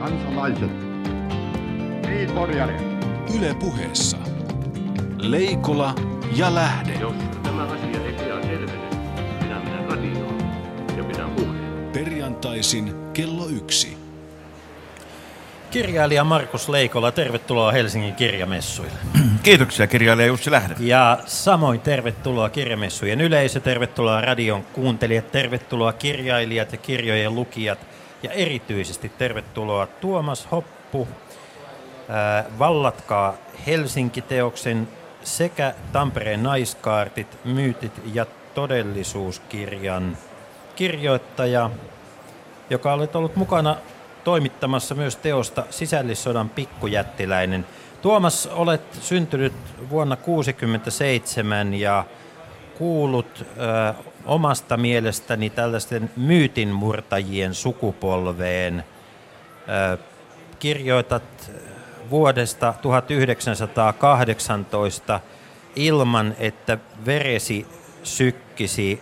kansalaiset, Yle Puheessa. Leikola ja Lähde. Jos tämä asia ei pian selvene, minä menen radioon ja pidän puheen. Perjantaisin kello 1. Kirjailija Markus Leikola, tervetuloa Helsingin kirjamessuille. Kiitoksia kirjailija Jussi Lähde. Ja samoin tervetuloa kirjamessujen yleisö, tervetuloa radion kuuntelijat, tervetuloa kirjailijat ja kirjojen lukijat ja erityisesti tervetuloa Tuomas Hoppu, Vallatkaa Helsinki-teoksen sekä Tampereen naiskaartit, myytit ja todellisuuskirjan kirjoittaja, joka olet ollut mukana toimittamassa myös teosta Sisällissodan pikkujättiläinen. Tuomas, olet syntynyt vuonna 1967 ja kuulut omasta mielestäni tällaisten myytinmurtajien sukupolveen. Kirjoitat vuodesta 1918 ilman, että veresi sykkisi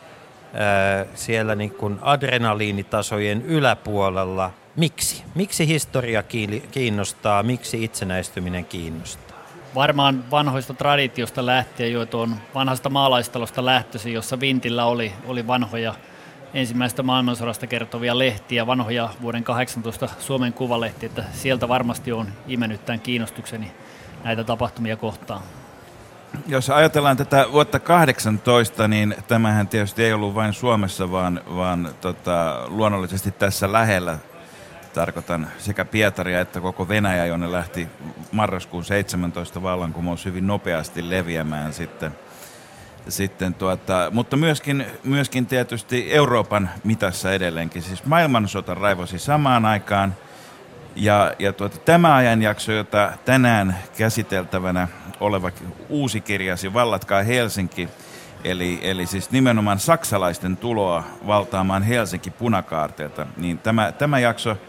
siellä niin kuin adrenaliinitasojen yläpuolella. Miksi? Miksi historia kiinnostaa? Miksi itsenäistyminen kiinnostaa? Varmaan vanhoista traditiosta lähtien jo tuon vanhasta maalaistalosta lähtöisin, jossa vintillä oli vanhoja ensimmäisestä maailmansodasta kertovia lehtiä, vanhoja vuoden 18 Suomen Kuvalehti, että sieltä varmasti on imennyt tämän kiinnostukseni näitä tapahtumia kohtaan. Jos ajatellaan tätä vuotta 18, niin tämähän tietysti ei ollut vain Suomessa, vaan luonnollisesti tässä lähellä. Tarkoitan sekä Pietaria että koko Venäjä, jonne lähti marraskuun 17 vallankumous hyvin nopeasti leviämään sitten mutta myöskin tietysti Euroopan mitassa edelleenkin. Siis maailmansota raivosi samaan aikaan ja tämä ajanjakso, jota tänään käsiteltävänä oleva uusi kirjasi Vallatkaa Helsinki, eli siis nimenomaan saksalaisten tuloa valtaamaan Helsinki punakaarteelta, niin tämä jakso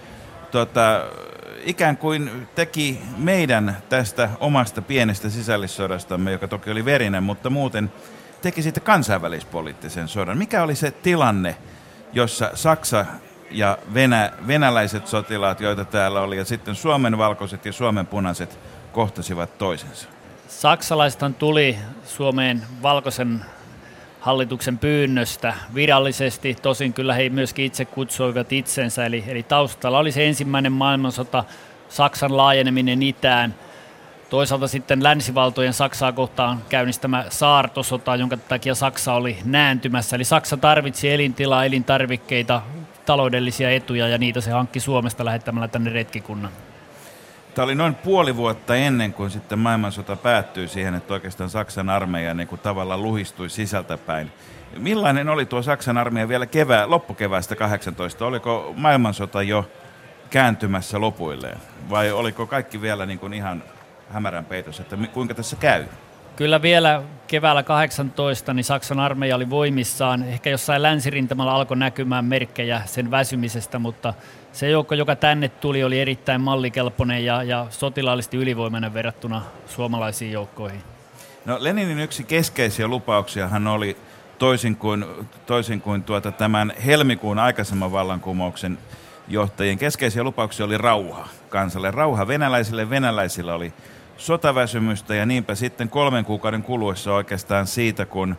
ikään kuin teki meidän tästä omasta pienestä sisällissodastamme, joka toki oli verinen, mutta muuten teki siitä kansainvälispoliittisen sodan. Mikä oli se tilanne, jossa Saksa ja venäläiset sotilaat, joita täällä oli, ja sitten Suomen valkoiset ja Suomen punaiset kohtasivat toisensa? Saksalaisethan tuli Suomeen valkoisen hallituksen pyynnöstä virallisesti, tosin kyllä he myöskin itse kutsuivat itsensä, eli taustalla oli se ensimmäinen maailmansota, Saksan laajeneminen itään, toisaalta sitten länsivaltojen Saksaa kohtaan käynnistämä saartosota, jonka takia Saksa oli nääntymässä, eli Saksa tarvitsi elintilaa, elintarvikkeita, taloudellisia etuja ja niitä se hankki Suomesta lähettämällä tänne retkikunnan. Tämä oli noin puoli vuotta ennen kuin sitten maailmansota päättyi siihen, että oikeastaan Saksan armeija niin kuin tavallaan luhistui sisältäpäin. Millainen oli tuo Saksan armeija vielä loppukeväästä 18? Oliko maailmansota jo kääntymässä lopuilleen? Vai oliko kaikki vielä niin kuin ihan hämärän peitossa, että kuinka tässä käy? Kyllä vielä keväällä 18 niin Saksan armeija oli voimissaan. Ehkä jossain länsirintamalla alkoi näkymään merkkejä sen väsymisestä, mutta se joukko, joka tänne tuli, oli erittäin mallikelpoinen ja sotilaallisesti ylivoimainen verrattuna suomalaisiin joukkoihin. No Leninin yksi keskeisiä lupauksiahan oli toisin kuin tämän helmikuun aikaisemman vallankumouksen johtajien keskeisiä lupauksia oli rauha kansalle. Rauha venäläisillä oli sotaväsymystä ja niinpä sitten 3 kuukauden kuluessa oikeastaan siitä, kun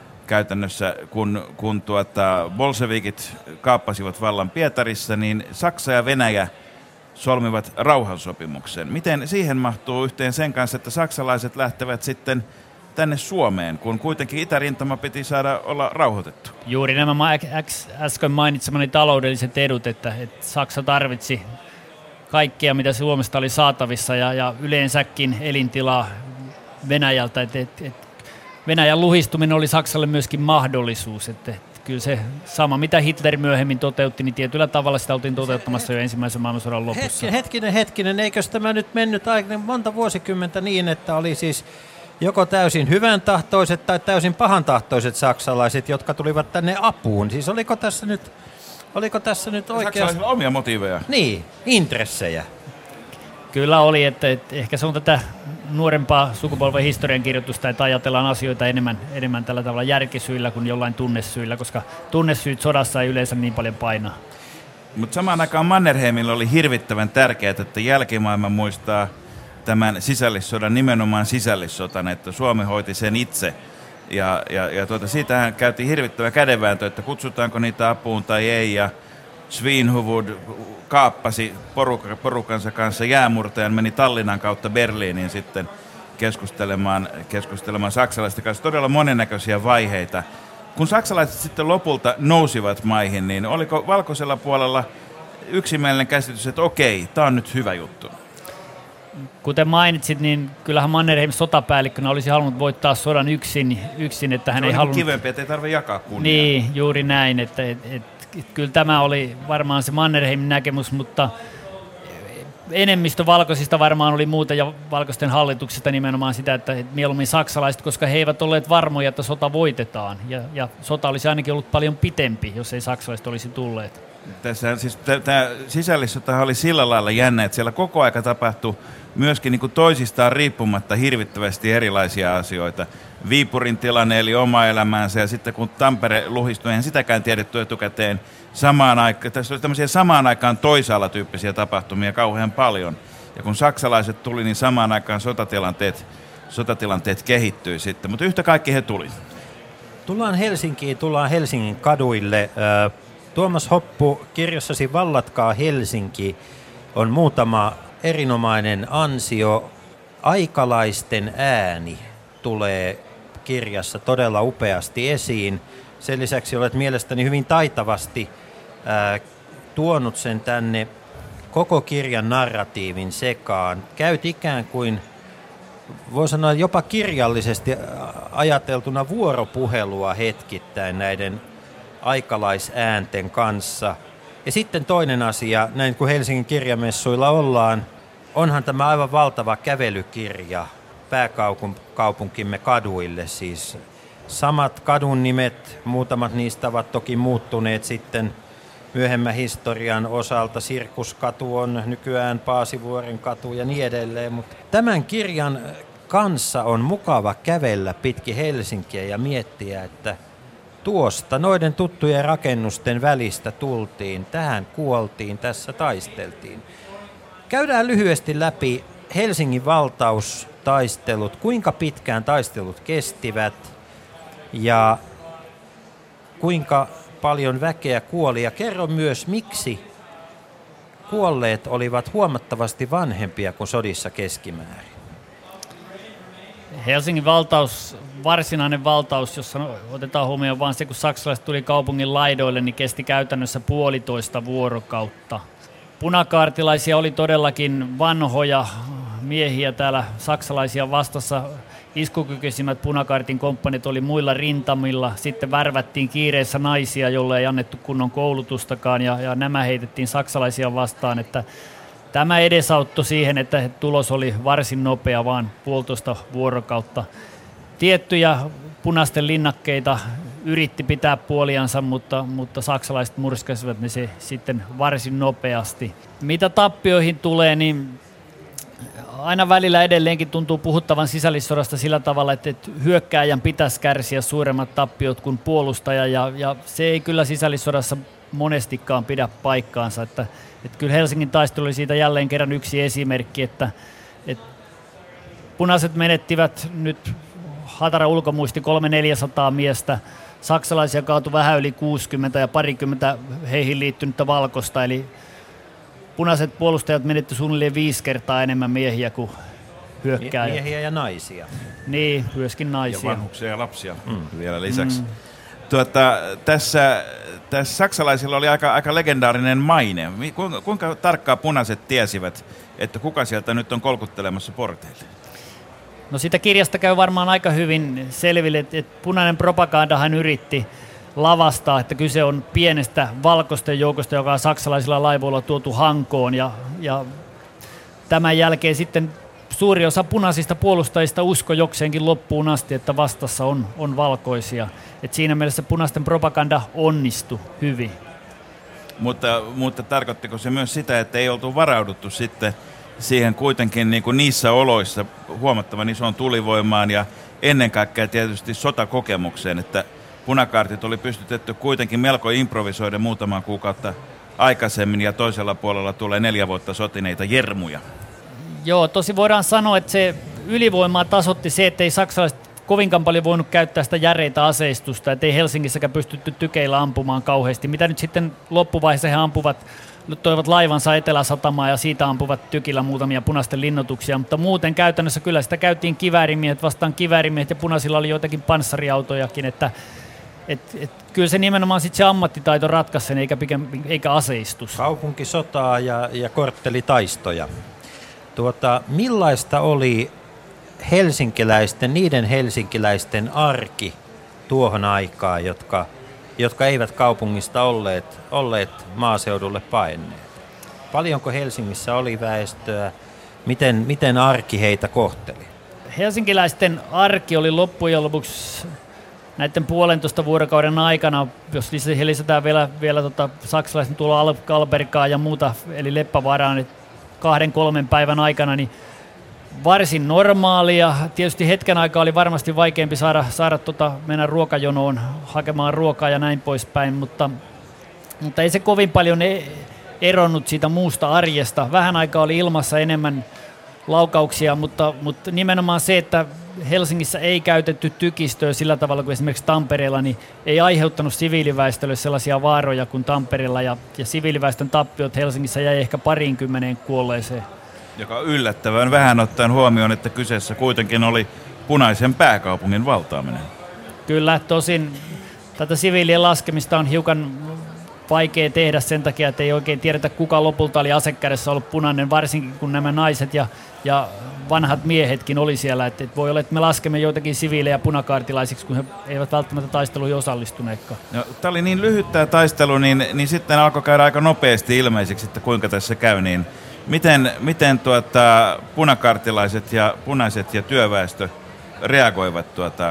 bolshevikit kaappasivat vallan Pietarissa, niin Saksa ja Venäjä solmivat rauhansopimuksen. Miten siihen mahtuu yhteen sen kanssa, että saksalaiset lähtevät sitten tänne Suomeen, kun kuitenkin itärintama piti saada olla rauhoitettu? Juuri nämä äsken mainitsemani taloudelliset edut, että Saksa tarvitsi kaikkea, mitä Suomesta oli saatavissa ja yleensäkin elintilaa Venäjältä. Venäjän luhistuminen oli Saksalle myöskin mahdollisuus. Että kyllä se sama, mitä Hitler myöhemmin toteutti, niin tietyllä tavalla sitä oltiin toteuttamassa jo ensimmäisen maailmansodan lopussa. Hetkinen, eikös tämä nyt mennyt aika monta vuosikymmentä niin, että oli siis joko täysin hyvän tahtoiset tai täysin pahan tahtoiset saksalaiset, jotka tulivat tänne apuun? Siis oliko tässä nyt oikeasti? Saksalaisilla omia motiiveja. Niin, intressejä. Kyllä oli, että ehkä se on tätä nuorempaa sukupolven historiankirjoitusta, että ajatellaan asioita enemmän tällä tavalla järkisyillä kuin jollain tunnesyillä, koska tunnesyyt sodassa ei yleensä niin paljon painaa. Mutta samaan aikaan Mannerheimilla oli hirvittävän tärkeää, että jälkimaailma muistaa tämän sisällissodan nimenomaan sisällissotana, että Suomi hoiti sen itse. Ja siitähän käytiin hirvittävä kädenvääntö, että kutsutaanko niitä apuun tai ei. Ja Svinhufvud kaappasi porukansa kanssa jäämurtajan, meni Tallinnan kautta Berliiniin sitten keskustelemaan saksalaisten kanssa. Todella monennäköisiä vaiheita. Kun saksalaiset sitten lopulta nousivat maihin, niin oliko valkoisella puolella yksimielinen käsitys, että okei, tämä on nyt hyvä juttu? Kuten mainitsit, niin kyllähän Mannerheim sotapäällikkönä olisi halunnut voittaa sodan yksin että hän ei halunnut... kivempi, että ei tarvitse jakaa kunniaa. Niin, juuri näin, että kyllä tämä oli varmaan se Mannerheimin näkemys, mutta enemmistö valkoisista varmaan oli muuta ja valkoisten hallituksesta nimenomaan sitä, että mieluummin saksalaiset, koska he eivät olleet varmoja, että sota voitetaan. Ja sota olisi ainakin ollut paljon pitempi, jos ei saksalaiset olisi tulleet. Tässä siis tämä sisällissota oli sillä lailla jännä, että siellä koko aika tapahtui myöskin niin kuin toisistaan riippumatta hirvittävästi erilaisia asioita. Viipurin tilanne eli oma elämäänsä ja sitten kun Tampere luhistui, eihän sitäkään tiedetty etukäteen samaan aikaan. Tässä oli tämmöisiä samaan aikaan toisaalla tyyppisiä tapahtumia kauhean paljon. Ja kun saksalaiset tuli, niin samaan aikaan sotatilanteet kehittyi sitten, mutta yhtä kaikki he tuli. Tullaan Helsinkiin, tullaan Helsingin kaduille. Tuomas Hoppu, kirjassasi Vallatkaa Helsinki on muutama erinomainen ansio. Aikalaisten ääni tulee kirjassa todella upeasti esiin. Sen lisäksi olet mielestäni hyvin taitavasti tuonut sen tänne koko kirjan narratiivin sekaan. Käyt ikään kuin, voi sanoa jopa kirjallisesti ajateltuna vuoropuhelua hetkittäin näiden aikalaisäänten kanssa. Ja sitten toinen asia, näin kun Helsingin kirjamessuilla ollaan, onhan tämä aivan valtava kävelykirja pääkaupunkimme kaduille. Siis samat kadun nimet, muutamat niistä ovat toki muuttuneet sitten myöhemmän historian osalta. Sirkuskatu on nykyään Paasivuoren katu ja niin edelleen. Mutta tämän kirjan kanssa on mukava kävellä pitkin Helsinkiä ja miettiä, että tuosta noiden tuttujen rakennusten välistä tultiin, tähän kuoltiin, tässä taisteltiin. Käydään lyhyesti läpi Helsingin valtaustaistelut, kuinka pitkään taistelut kestivät ja kuinka paljon väkeä kuoli. Ja kerro myös, miksi kuolleet olivat huomattavasti vanhempia kuin sodissa keskimäärin. Helsingin valtaus, varsinainen valtaus, jossa otetaan huomioon vain se, kun saksalaiset tuli kaupungin laidoille, niin kesti käytännössä 1,5 vuorokautta. Punakaartilaisia oli todellakin vanhoja miehiä täällä saksalaisia vastassa. Iskukykyisimmät punakaartin komppanit oli muilla rintamilla. Sitten värvättiin kiireessä naisia, jolle ei annettu kunnon koulutustakaan ja nämä heitettiin saksalaisia vastaan. Että tämä edesauttoi siihen, että tulos oli varsin nopea, vaan 1,5 vuorokautta. Tiettyjä punaisten linnakkeita yritti pitää puoliansa, mutta saksalaiset murskasivat ne se sitten varsin nopeasti. Mitä tappioihin tulee, niin aina välillä edelleenkin tuntuu puhuttavan sisällissodasta sillä tavalla, että hyökkääjän pitäisi kärsiä suuremmat tappiot kuin puolustaja, ja se ei kyllä sisällissodassa monestikaan pidä paikkaansa. Että kyllä Helsingin taistelu oli siitä jälleen kerran yksi esimerkki, että punaiset menettivät nyt hatara ulkomuisti 300-400 miestä, saksalaisia kaatui vähän yli 60 ja parikymmentä heihin liittynyttä valkoista, eli punaiset puolustajat menettivät suunnilleen 5 kertaa enemmän miehiä kuin hyökkääjät. Miehiä ja naisia. Niin, myöskin naisia. Ja vanhuksia ja lapsia vielä lisäksi. Tässä saksalaisilla oli aika legendaarinen maine. Kuinka tarkkaan punaiset tiesivät, että kuka sieltä nyt on kolkuttelemassa porteille? No siitä kirjasta käy varmaan aika hyvin selville, että punainen propagandahan yritti lavastaa, että kyse on pienestä valkoisten joukosta, joka on saksalaisilla laivoilla tuotu Hankoon. Ja tämän jälkeen sitten suuri osa punaisista puolustajista uskoi jokseenkin loppuun asti, että vastassa on valkoisia. Et siinä mielessä punaisten propaganda onnistui hyvin. Mutta tarkoittiko se myös sitä, että ei oltu varauduttu sitten siihen kuitenkin niin kuin niissä oloissa huomattavan isoon tulivoimaan ja ennen kaikkea tietysti sotakokemukseen, että punakaartit oli pystytetty kuitenkin melko improvisoida muutaman kuukautta aikaisemmin ja toisella puolella tulee 4 vuotta sotineita jermuja. Joo, tosi voidaan sanoa, että se ylivoimaa tasoitti se, että ei saksalaiset kovinkaan paljon voinut käyttää sitä järeitä aseistusta, että ei Helsingissäkään pystytty tykeillä ampumaan kauheasti. Mitä nyt sitten loppuvaiheessa he ampuvat, toivat laivansa Etelä-Satamaan ja siitä ampuvat tykillä muutamia punaisten linnoituksia, mutta muuten käytännössä kyllä sitä käytiin kiväärimiehet vastaan kiväärimiehet ja punaisilla oli joitakin panssariautojakin, että kyllä se nimenomaan sitten se ammattitaito ratkaisi sen eikä aseistus. Kaupunkisotaa ja korttelitaistoja. Millaista oli niiden helsinkiläisten arki tuohon aikaan, jotka eivät kaupungista olleet maaseudulle paenneet? Paljonko Helsingissä oli väestöä? Miten arki heitä kohteli? Helsinkiläisten arki oli loppujen lopuksi näiden 1,5 vuorokauden aikana, jos lisätään vielä saksalaisten tuloa Albergaa ja muuta, eli Leppävaaraan, niin 2-3 päivän aikana, niin varsin normaalia. Tietysti hetken aikaa oli varmasti vaikeampi saada mennä ruokajonoon hakemaan ruokaa ja näin poispäin, mutta ei se kovin paljon eronnut siitä muusta arjesta. Vähän aikaa oli ilmassa enemmän laukauksia, mutta nimenomaan se, että Helsingissä ei käytetty tykistöä sillä tavalla kuin esimerkiksi Tampereella, niin ei aiheuttanut siviiliväestölle sellaisia vaaroja kuin Tampereella, ja siviiliväestön tappiot Helsingissä jäi ehkä 20 kuolleeseen. Joka on yllättävän vähän ottaen huomioon, että kyseessä kuitenkin oli punaisen pääkaupungin valtaaminen. Kyllä, tosin tätä siviilien laskemista on hiukan vaikea tehdä sen takia, että ei oikein tiedetä, kuka lopulta oli asekädessä ollut punainen, varsinkin kun nämä naiset ja vanhat miehetkin oli siellä. Että voi olla, että me laskemme joitakin siviilejä punakaartilaisiksi, kun he eivät välttämättä taisteluihin osallistuneetkaan. No, tämä oli niin lyhyt tämä taistelu, niin sitten alkoi käydä aika nopeasti ilmeiseksi, että kuinka tässä käy. Niin miten punakaartilaiset ja punaiset ja työväestö reagoivat?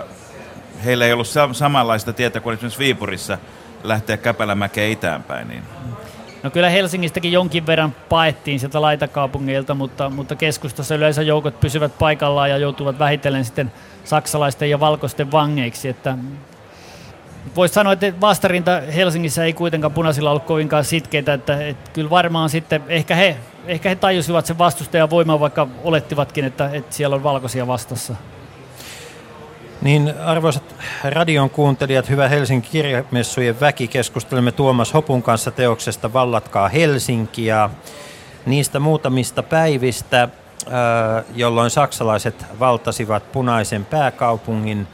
Heillä ei ollut samanlaista tietä kuin esimerkiksi Viipurissa lähteä Käpälämäkeen itäänpäin. Niin. No kyllä Helsingistäkin jonkin verran paettiin sieltä laitakaupungeilta, mutta keskustassa yleensä joukot pysyvät paikallaan ja joutuvat vähitellen sitten saksalaisten ja valkoisten vangeiksi. Että voisi sanoa, että vastarinta Helsingissä ei kuitenkaan punaisilla ollut kovinkaan sitkeitä, että kyllä varmaan sitten ehkä he tajusivat sen vastustajan voiman, vaikka olettivatkin, että siellä on valkoisia vastassa. Niin, arvoisat radion kuuntelijat, hyvä Helsingin kirjamessujen väki, keskustelemme Tuomas Hopun kanssa teoksesta Vallatkaa Helsinki ja niistä muutamista päivistä, jolloin saksalaiset valtasivat punaisen pääkaupungin.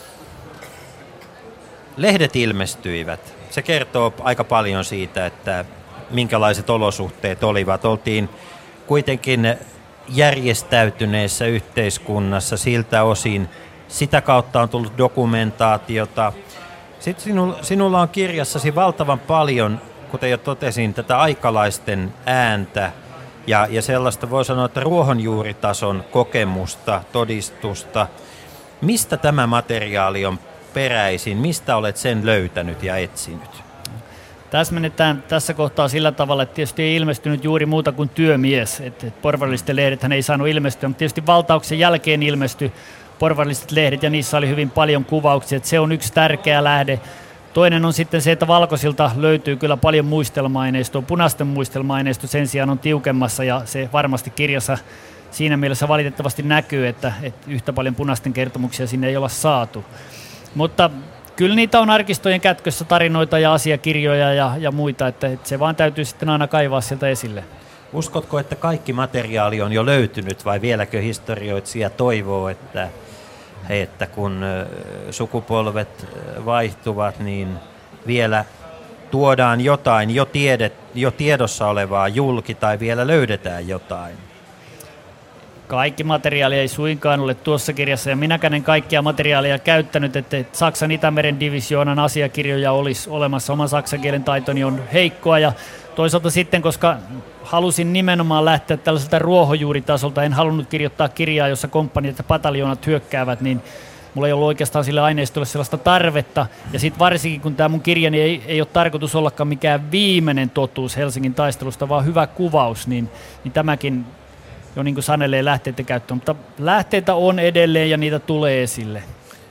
Lehdet ilmestyivät. Se kertoo aika paljon siitä, että minkälaiset olosuhteet olivat. Oltiin kuitenkin järjestäytyneessä yhteiskunnassa siltä osin. Sitä kautta on tullut dokumentaatiota. Sitten sinulla on kirjassasi valtavan paljon, kuten jo totesin, tätä aikalaisten ääntä ja sellaista voi sanoa, että ruohonjuuritason kokemusta, todistusta. Mistä tämä materiaali on peräisin? Mistä olet sen löytänyt ja etsinyt? Täsmennetään tässä kohtaa sillä tavalla, että tietysti ei ilmestynyt juuri muuta kuin työmies. Että porvarillisten lehdethän ei saanut ilmestyä, mutta tietysti valtauksen jälkeen ilmestyi porvarilliset lehdet ja niissä oli hyvin paljon kuvauksia, että se on yksi tärkeä lähde. Toinen on sitten se, että valkoisilta löytyy kyllä paljon muistelma-aineistoa. Punaisten muistelma-aineisto sen sijaan on tiukemmassa ja se varmasti kirjassa siinä mielessä valitettavasti näkyy, että yhtä paljon punaisten kertomuksia sinne ei olla saatu. Mutta kyllä niitä on arkistojen kätkössä tarinoita ja asiakirjoja ja muita, että se vaan täytyy sitten aina kaivaa sieltä esille. Uskotko, että kaikki materiaali on jo löytynyt vai vieläkö historioitsija toivoo, että kun sukupolvet vaihtuvat, niin vielä tuodaan jotain jo tiedossa olevaa julki tai vielä löydetään jotain? Kaikki materiaali ei suinkaan ole tuossa kirjassa ja minäkään en kaikkia materiaalia käyttänyt, että Saksan Itämeren divisioonan asiakirjoja olisi olemassa. Oma saksan kielen taitoni on heikkoa ja toisaalta sitten, koska halusin nimenomaan lähteä tällaiselta ruohonjuuritasolta, en halunnut kirjoittaa kirjaa, jossa komppaniat ja pataljoonat hyökkäävät, niin mulla ei ollut oikeastaan sille aineistolle sellaista tarvetta. Ja sitten varsinkin, kun tämä mun kirjani ei ole tarkoitus ollakaan mikään viimeinen totuus Helsingin taistelusta, vaan hyvä kuvaus, niin tämäkin jo niin kuin sanelee lähteiden käyttöön. Mutta lähteitä on edelleen ja niitä tulee esille.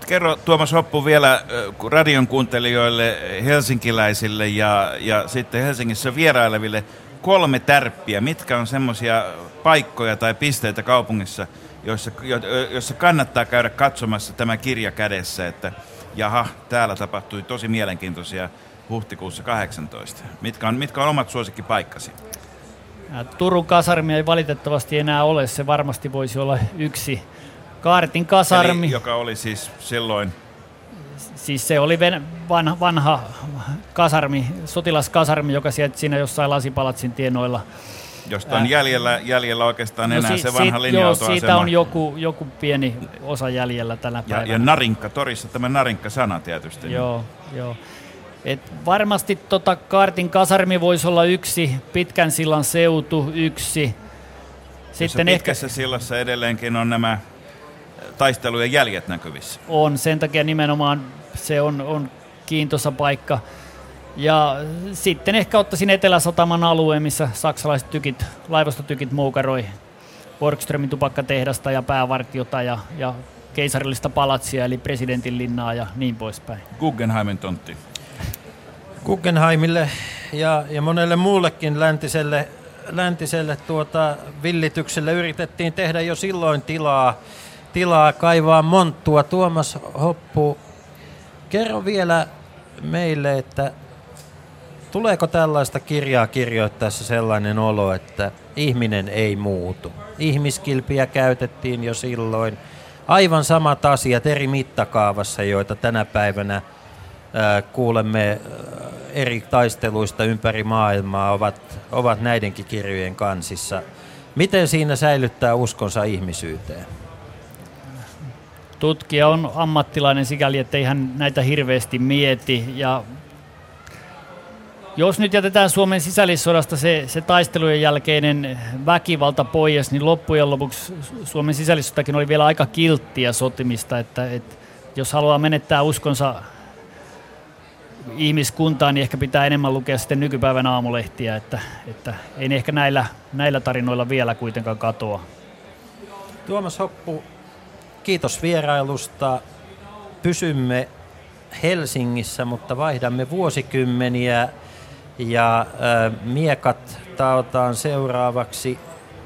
Kerro Tuomas Hoppu vielä radion kuuntelijoille, helsinkiläisille ja sitten Helsingissä vieraileville 3 tärppiä. Mitkä on semmoisia paikkoja tai pisteitä kaupungissa, joissa kannattaa käydä katsomassa tämä kirja kädessä, että jaha, täällä tapahtui tosi mielenkiintoisia huhtikuussa 18. Mitkä on omat suosikkipaikkasi? Turun kasarmi ei valitettavasti enää ole, se varmasti voisi olla yksi. Kaartin kasarmi. Eli, joka oli siis silloin? Siis se oli vanha kasarmi, sotilaskasarmi, joka sieltä siinä jossain Lasipalatsin tienoilla. Josta on jäljellä oikeastaan enää se vanha linja-autoasema. Siitä on joku pieni osa jäljellä tänä päivänä. Ja Narinkka-torissa tämä Narinkka-sana tietysti. Joo. Et varmasti Kaartin kasarmi voisi olla yksi, Pitkän sillan seutu yksi. Sitten pitkässä sillassa edelleenkin on nämä taistelujen jäljet näkyvissä. On, sen takia nimenomaan se on kiintoisa paikka. Ja sitten ehkä ottaisin Etelä-Sataman alueen, missä saksalaiset laivastotykit moukaroi Borgströmin tupakkatehdasta ja päävartiota ja keisarillista palatsia, eli presidentin linnaa ja niin poispäin. Guggenheimin tontti. Guggenheimille ja monelle muullekin läntiselle villitykselle yritettiin tehdä jo silloin tilaa kaivaa monttua. Tuomas Hoppu, kerro vielä meille, että tuleeko tällaista kirjaa kirjoittaessa sellainen olo, että ihminen ei muutu? Ihmiskilpiä käytettiin jo silloin. Aivan samat asiat eri mittakaavassa, joita tänä päivänä kuulemme eri taisteluista ympäri maailmaa, ovat näidenkin kirjojen kansissa. Miten siinä säilyttää uskonsa ihmisyyteen? Tutkija on ammattilainen sikäli, ettei hän näitä hirveästi mieti. Ja jos nyt jätetään Suomen sisällissodasta se taistelujen jälkeinen väkivalta pois, niin loppujen lopuksi Suomen sisällissotakin oli vielä aika kilttiä sotimista, että jos haluaa menettää uskonsa ihmiskuntaan, niin ehkä pitää enemmän lukea sitten nykypäivän aamulehtiä, että ei ne ehkä näillä tarinoilla vielä kuitenkaan katoa. Tuomas Hoppu, kiitos vierailusta. Pysymme Helsingissä, mutta vaihdamme vuosikymmeniä ja miekat taotaan seuraavaksi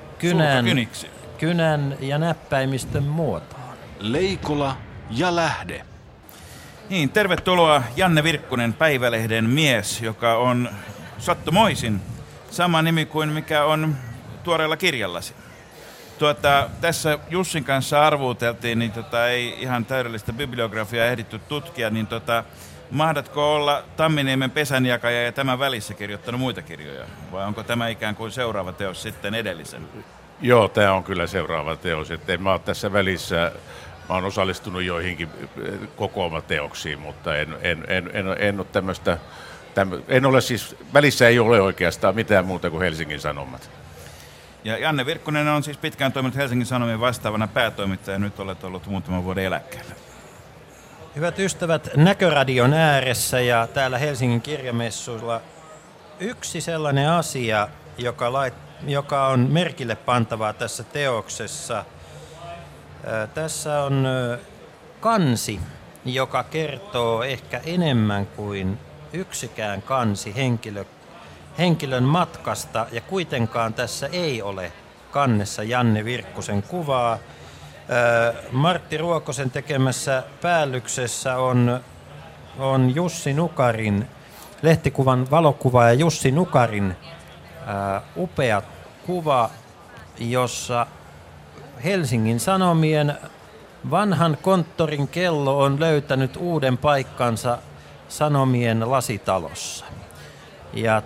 kynän ja näppäimistön muotoon. Leikola ja Lähde. Niin, tervetuloa Janne Virkkunen, Päivälehden mies, joka on sattumoisin sama nimi kuin mikä on tuoreella kirjallasi. Tässä Jussin kanssa arvuuteltiin, niin ei ihan täydellistä bibliografiaa ehditty tutkia, niin mahdatko olla Tamminiemen pesänjakaja ja tämän välissä kirjoittanut muita kirjoja? Vai onko tämä ikään kuin seuraava teos sitten edellisen? Joo, tämä on kyllä seuraava teos. Että mä oon tässä välissä, mä oon osallistunut joihinkin kokoelmateoksiin, mutta en ole tämmöistä, en ole siis, välissä ei ole oikeastaan mitään muuta kuin Helsingin Sanomat. Ja Janne Virkkunen on siis pitkään toiminut Helsingin Sanomien vastaavana päätoimittaja, nyt olet ollut muutaman vuoden eläkkeellä. Hyvät ystävät, Näköradion ääressä ja täällä Helsingin kirjamessuilla yksi sellainen asia, joka on merkille pantavaa tässä teoksessa. Tässä on kansi, joka kertoo ehkä enemmän kuin yksikään kansi henkilön matkasta, ja kuitenkaan tässä ei ole kannessa Janne Virkkusen kuvaa. Martti Ruokosen tekemässä päällyksessä on Jussi Nukarin, lehtikuvan valokuvaaja Jussi Nukarin upea kuva, jossa Helsingin Sanomien vanhan konttorin kello on löytänyt uuden paikkansa Sanomien lasitalossa. Ja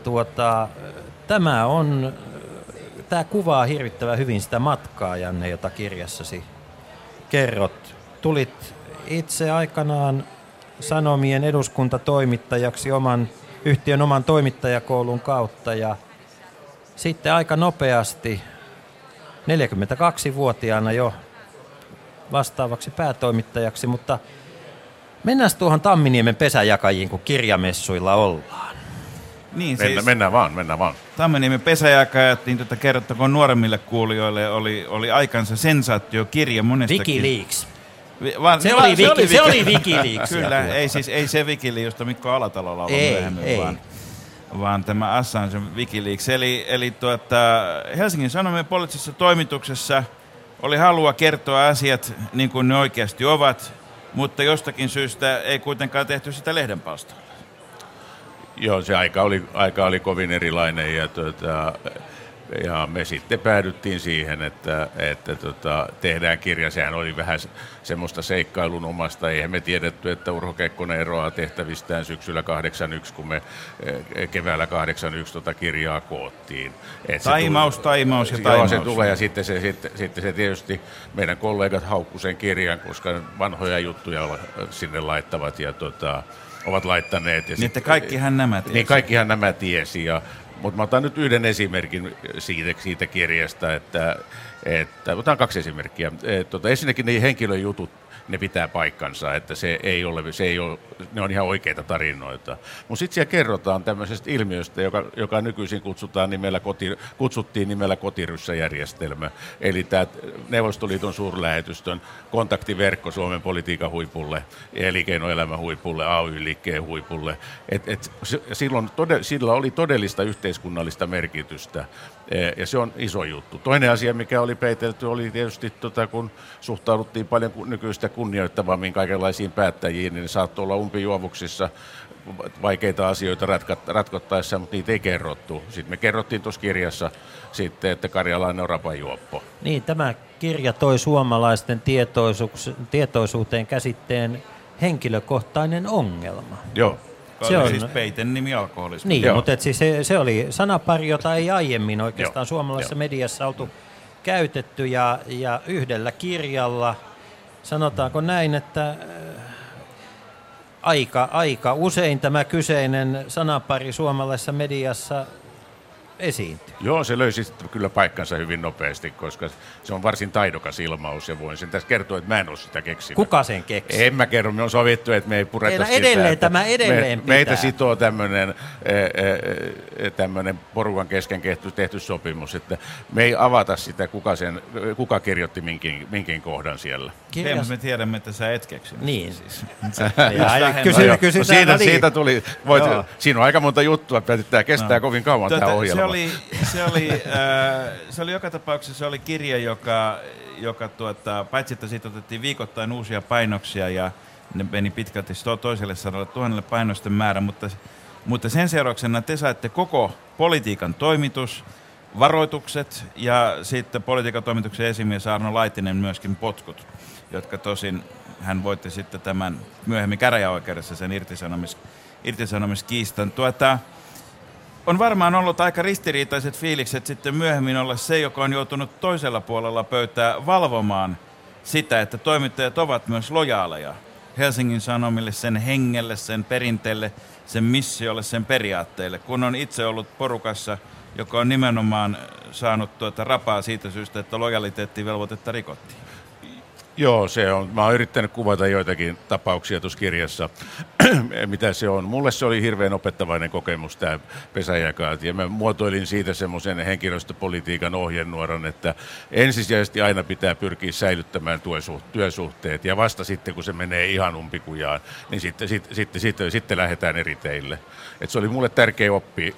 tämä kuvaa hirvittävän hyvin sitä matkaa, Janne, jota kirjassasi kerrot. Tulit itse aikanaan Sanomien eduskuntatoimittajaksi yhtiön oman toimittajakoulun kautta ja sitten aika nopeasti 42-vuotiaana jo vastaavaksi päätoimittajaksi, mutta mennään tuohon Tamminiemen pesänjakajiin, kun kirjamessuilla ollaan. Niin, mennään vaan. Tamminiemen pesäjakajat, niin kerrottakoon nuoremmille kuulijoille, oli aikansa sensaatiokirja monestakin. WikiLeaks. Se oli WikiLeaks. Kyllä, ei se WikiLeaks, josta Mikko Alatalolla on myöhemmin, vaan tämä Assange WikiLeaks. Eli Helsingin Sanomien poliittisessa toimituksessa oli halua kertoa asiat niin kuin ne oikeasti ovat, mutta jostakin syystä ei kuitenkaan tehty sitä lehden palstoilla. Joo, se aika oli kovin erilainen ja me sitten päädyttiin siihen, että tehdään kirja. Sehän oli vähän semmoista seikkailun omasta. Eihän me tiedetty, että Urho Kekkonen eroaa tehtävistään syksyllä 81, kun me keväällä 81 kirjaa koottiin. Taimaus ja taimaus. Joo, se tulee ja sitten se tietysti meidän kollegat haukku sen kirjan, koska vanhoja juttuja sinne laittavat ja ovat laittaneet. Ja niin, että kaikkihan nämä tiesi. Niin, kaikkihan nämä tiesi. Mutta mä otan nyt yhden esimerkin siitä kirjasta, että otan 2 esimerkkiä. Ensinnäkin ne henkilöjutut, ne pitää paikkansa, että ne on ihan oikeita tarinoita. Mutta sitten siellä kerrotaan tämmöisestä ilmiöstä, joka nykyisin kutsuttiin nimellä kotiryssäjärjestelmä. Eli tämä Neuvostoliiton suurlähetystön kontaktiverkko Suomen politiikan huipulle, elinkeinoelämän huipulle, AY-liikkeen huipulle. Sillä oli todellista yhteiskunnallista merkitystä. Ja se on iso juttu. Toinen asia, mikä oli peitelty, oli tietysti, kun suhtauduttiin paljon nykyistä kunnioittavammin kaikenlaisiin päättäjiin, niin ne saattoi olla umpijuovuksissa vaikeita asioita ratkottaessa, mutta niitä ei kerrottu. Sitten me kerrottiin tuossa kirjassa sitten, että karjalainen on rapajuoppo. Niin, tämä kirja toi suomalaisten tietoisuuteen käsitteen henkilökohtainen ongelma. Joo. Se on siis peiten nimi alkoholismi. Niin, mutta siis se oli sanapari, jota ei aiemmin oikeastaan suomalaisessa mediassa oltu käytetty ja yhdellä kirjalla, sanotaanko näin, että aika usein tämä kyseinen sanapari suomalaisessa mediassa esiintyy. Joo, se löysi sitten kyllä paikkansa hyvin nopeasti, koska se on varsin taidokas ilmaus ja voin sen tässä kertoa, että mä en ole sitä keksinyt. Kuka sen keksi? En mä kerro, me on sovittu, että me ei pureta sitä. Edelleen pitää. Meitä sitoo tämmöinen porukan kesken tehty sopimus, että me ei avata sitä, kuka kirjoitti minkin kohdan siellä. Me tiedämme, että sä et keksinyt. Niin. Siis. Siitä tuli, siinä on aika monta juttua, että tämä kestää kovin kauan tämä ohjelma. Se oli joka tapauksessa se oli kirja, joka paitsi että siitä otettiin viikoittain uusia painoksia ja ne meni pitkälti toiselle 100 000 painosten määrä, mutta sen seurauksena te saitte koko politiikan toimitus, varoitukset ja sitten politiikan toimituksen esimies Arno Laitinen myöskin potkut, jotka tosin hän voitti sitten tämän myöhemmin käräjäoikeudessa sen irtisanomiskiistan. On varmaan ollut aika ristiriitaiset fiilikset sitten myöhemmin olla se, joka on joutunut toisella puolella pöytää valvomaan sitä, että toimittajat ovat myös lojaaleja Helsingin Sanomille, sen hengelle, sen perinteelle, sen missiolle, sen periaatteille, kun on itse ollut porukassa, joka on nimenomaan saanut rapaa siitä syystä, että lojaliteettivelvoitetta rikottiin. Joo, se on. Mä oon yrittänyt kuvata joitakin tapauksia tuossa kirjassa, mitä se on. Mulle se oli hirveän opettavainen kokemus, tämä pesäjakaat, ja mä muotoilin siitä semmoisen henkilöstöpolitiikan ohjenuoran, että ensisijaisesti aina pitää pyrkiä säilyttämään työsuhteet, ja vasta sitten, kun se menee ihan umpikujaan, niin sitten lähdetään eri teille. Et se oli mulle tärkeä oppi,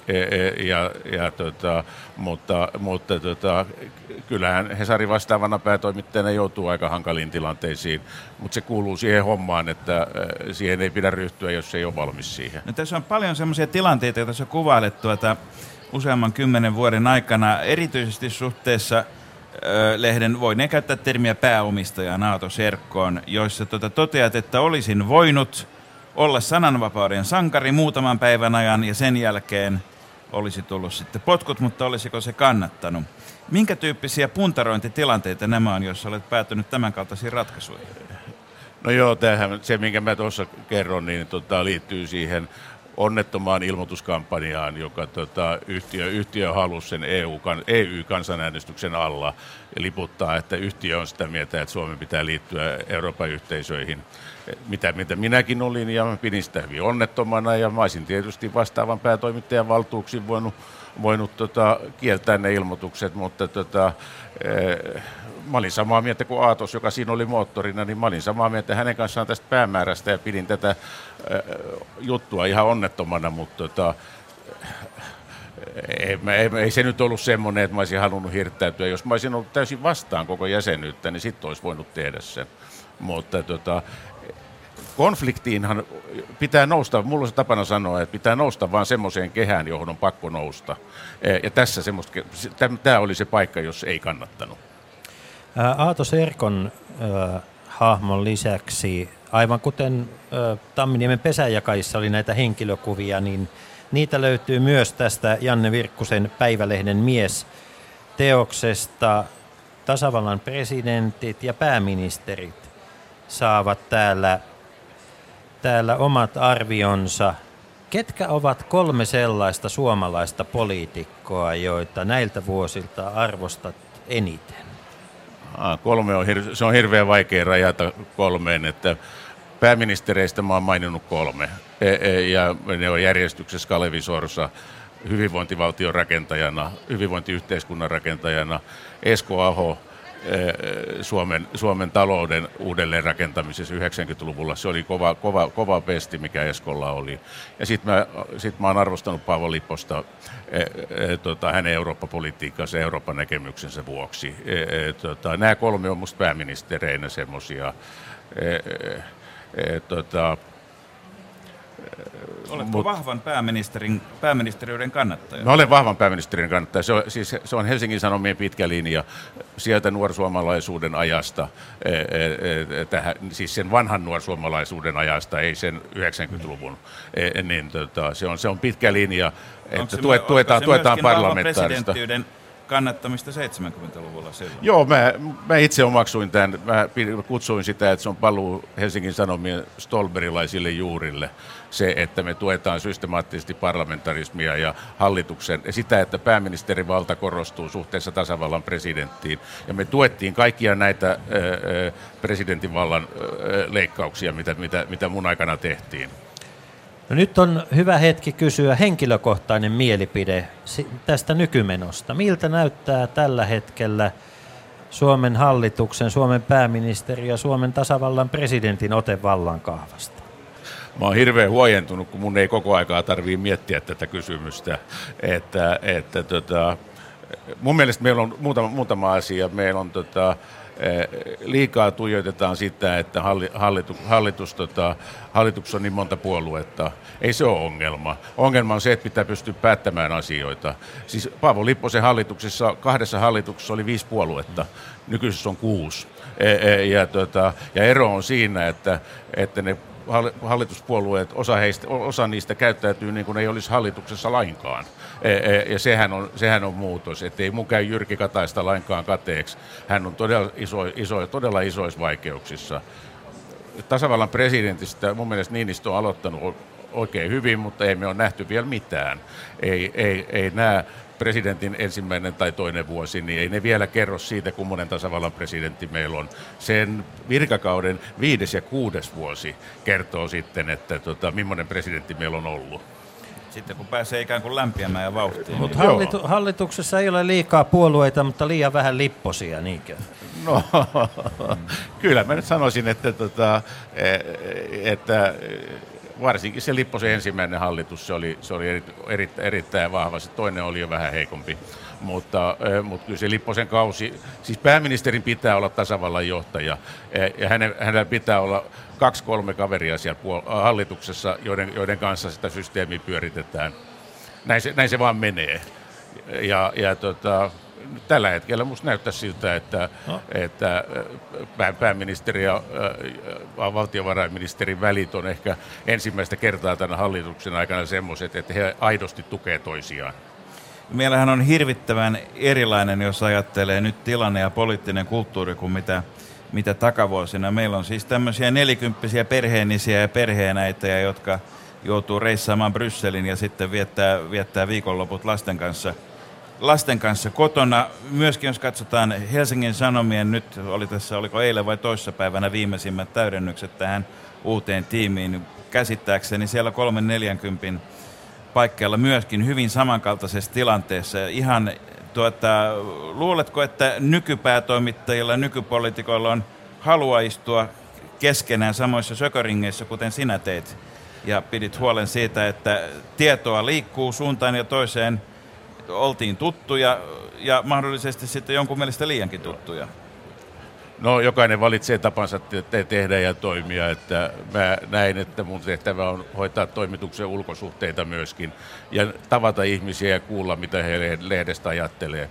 mutta kyllähän Hesarin vastaavana päätoimittajana joutuu aika hankaliin tilanteisiin, mutta se kuuluu siihen hommaan, että siihen ei pidä ryhtyä, jos ei ole valmis siihen. No, tässä on paljon semmoisia tilanteita, joita sä kuvailet useamman 10 vuoden aikana, erityisesti suhteessa lehden, voineen käyttää termiä pääomistaja Aato Serkkoon, joissa toteat, että olisin voinut olla sananvapauden sankari muutaman päivän ajan ja sen jälkeen olisi tullut sitten potkut, mutta olisiko se kannattanut? Minkä tyyppisiä puntarointitilanteita nämä on, jos olet päätynyt tämän kaltaisiin ratkaisuihin? No joo, se minkä mä tuossa kerron, niin liittyy siihen onnettomaan ilmoituskampanjaan, joka yhtiö halusi sen EU-kansanäänestyksen alla ja liputtaa, että yhtiö on sitä mieltä, että Suomen pitää liittyä Euroopan yhteisöihin. Mitä minäkin olin ja pidin sitä hyvin onnettomana ja mä olisin tietysti vastaavan päätoimittajan valtuuksiin voinut kieltää ne ilmoitukset, mutta mä olin samaa mieltä kuin Aatos, joka siinä oli moottorina, niin mä olin samaa mieltä hänen kanssaan tästä päämäärästä ja pidin tätä juttua ihan onnettomana, mutta ei se nyt ollut semmoinen, että mä olisin halunnut hirttäytyä. Jos mä olisin ollut täysin vastaan koko jäsenyyttä, niin sitten olisi voinut tehdä sen. Mutta konfliktiinhan pitää nousta, mulla on se tapana sanoa, että pitää nousta vaan semmoiseen kehään, johon on pakko nousta. Ja tässä tämä oli se paikka, jos ei kannattanut. Aatos Erkon hahmon lisäksi, aivan kuten Tamminiemen pesänjakajissa oli näitä henkilökuvia, niin niitä löytyy myös tästä Janne Virkkusen Päivälehden mies-teoksesta. Tasavallan presidentit ja pääministerit saavat täällä omat arvionsa. Ketkä ovat 3 sellaista suomalaista poliitikkoa, joita näiltä vuosilta arvostat eniten? 3 se on hirveän vaikea rajata 3, että pääministereistä mä oon maininnut 3. Ja ne on järjestyksessä Kalevi Sorsa hyvinvointivaltion rakentajana, hyvinvointiyhteiskunnan rakentajana, Esko Aho Suomen talouden uudelleenrakentamisessa 90-luvulla. Se oli kova pesti, mikä Eskolla oli. Ja sitten mä oon arvostanut Paavo Lipposta hänen Eurooppa-politiikkansa ja Euroopan näkemyksensä vuoksi. Nämä 3 on musta pääministereinä semmoisia. Oletko vahvan pääministeriöiden kannattaja? Mä olen vahvan pääministerin kannattaja. Se on Helsingin Sanomien pitkä linja sieltä nuorsuomalaisuuden ajasta, siis sen vanhan nuorsuomalaisuuden ajasta, ei sen 90-luvun. Se on pitkä linja, että tuetaan parlamentaarista. Kannattamista 70-luvulla silloin? Joo, mä itse omaksuin tämän. Mä kutsuin sitä, että se on paluu Helsingin Sanomien stolberilaisille juurille. Se, että me tuetaan systemaattisesti parlamentarismia ja hallituksen, ja sitä, että pääministerin valta korostuu suhteessa tasavallan presidenttiin. Ja me tuettiin kaikkia näitä presidentin vallan leikkauksia, mitä mun aikana tehtiin. No nyt on hyvä hetki kysyä henkilökohtainen mielipide tästä nykymenosta. Miltä näyttää tällä hetkellä Suomen hallituksen, Suomen pääministeri ja Suomen tasavallan presidentin ote vallankahvasta? Mä oon hirveän huojentunut, kun mun ei koko aikaa tarvitse miettiä tätä kysymystä. Mun mielestä meillä on muutama asia. Meillä on liikaa tuijotetaan sitä, että hallitus on niin monta puoluetta. Ei se ole ongelma. Ongelma on se, että pitää pystyä päättämään asioita. Siis Paavo Lipposen hallituksessa, 2 hallituksessa oli 5 puoluetta, nykyisessä on 6. Ja ero on siinä, että ne hallituspuolueet, osa niistä käyttäytyy niin kuin ei olisi hallituksessa lainkaan. Ja sehän on muutos, ettei mun käy Jyrki Kataista lainkaan kateeksi. Hän on todella isoissa vaikeuksissa. Tasavallan presidentistä mun mielestä Niinistö on aloittanut oikein hyvin, mutta ei me ole nähty vielä mitään. Ei nämä presidentin 1. tai 2. vuosi, niin ei ne vielä kerro siitä, kummonen tasavallan presidentti meillä on. Sen virkakauden 5. ja 6. vuosi kertoo sitten, että millainen presidentti meillä on ollut. Sitten kun pääsee ikään kuin lämpiämään ja vauhtiin. Mutta hallituksessa ei ole liikaa puolueita, mutta liian vähän Lipposia, niinkö? No, kyllä mä nyt sanoisin, että varsinkin se Lipposen 1. hallitus, se oli erittäin vahva, se toinen oli jo vähän heikompi, mutta kyllä se Lipposen kausi, siis pääministerin pitää olla tasavallan johtaja ja hänellä pitää olla 2-3 kaveria siellä hallituksessa, joiden kanssa sitä systeemiä pyöritetään. Näin se vaan menee. Tällä hetkellä musta näyttää siltä, että pääministeri ja valtiovarainministerin välit on ehkä ensimmäistä kertaa tämän hallituksen aikana semmoiset, että he aidosti tukee toisiaan. Meillähän on hirvittävän erilainen, jos ajattelee nyt tilanne ja poliittinen kulttuuri kuin mitä takavuosina. Meillä on siis tämmöisiä 40-vuotiaita perheenisiä ja perheenäitejä, jotka joutuu reissaamaan Brysselin ja sitten viettää viikonloput lasten kanssa kotona. Myöskin jos katsotaan Helsingin Sanomien, nyt oliko eilen vai toissapäivänä viimeisimmät täydennykset tähän uuteen tiimiin, käsittääkseni siellä 3-40 paikkeilla myöskin hyvin samankaltaisessa tilanteessa. Ihan luuletko, että nykypäätoimittajilla ja nykypoliitikoilla on halua istua keskenään samoissa sököringeissä, kuten sinä teit, ja pidit huolen siitä, että tietoa liikkuu suuntaan ja toiseen, oltiin tuttuja ja mahdollisesti sitten jonkun mielestä liiankin tuttuja? No, jokainen valitsee tapansa tehdä ja toimia, että mä näin, että mun tehtävä on hoitaa toimituksen ulkosuhteita myöskin ja tavata ihmisiä ja kuulla, mitä he lehdestä ajattelee.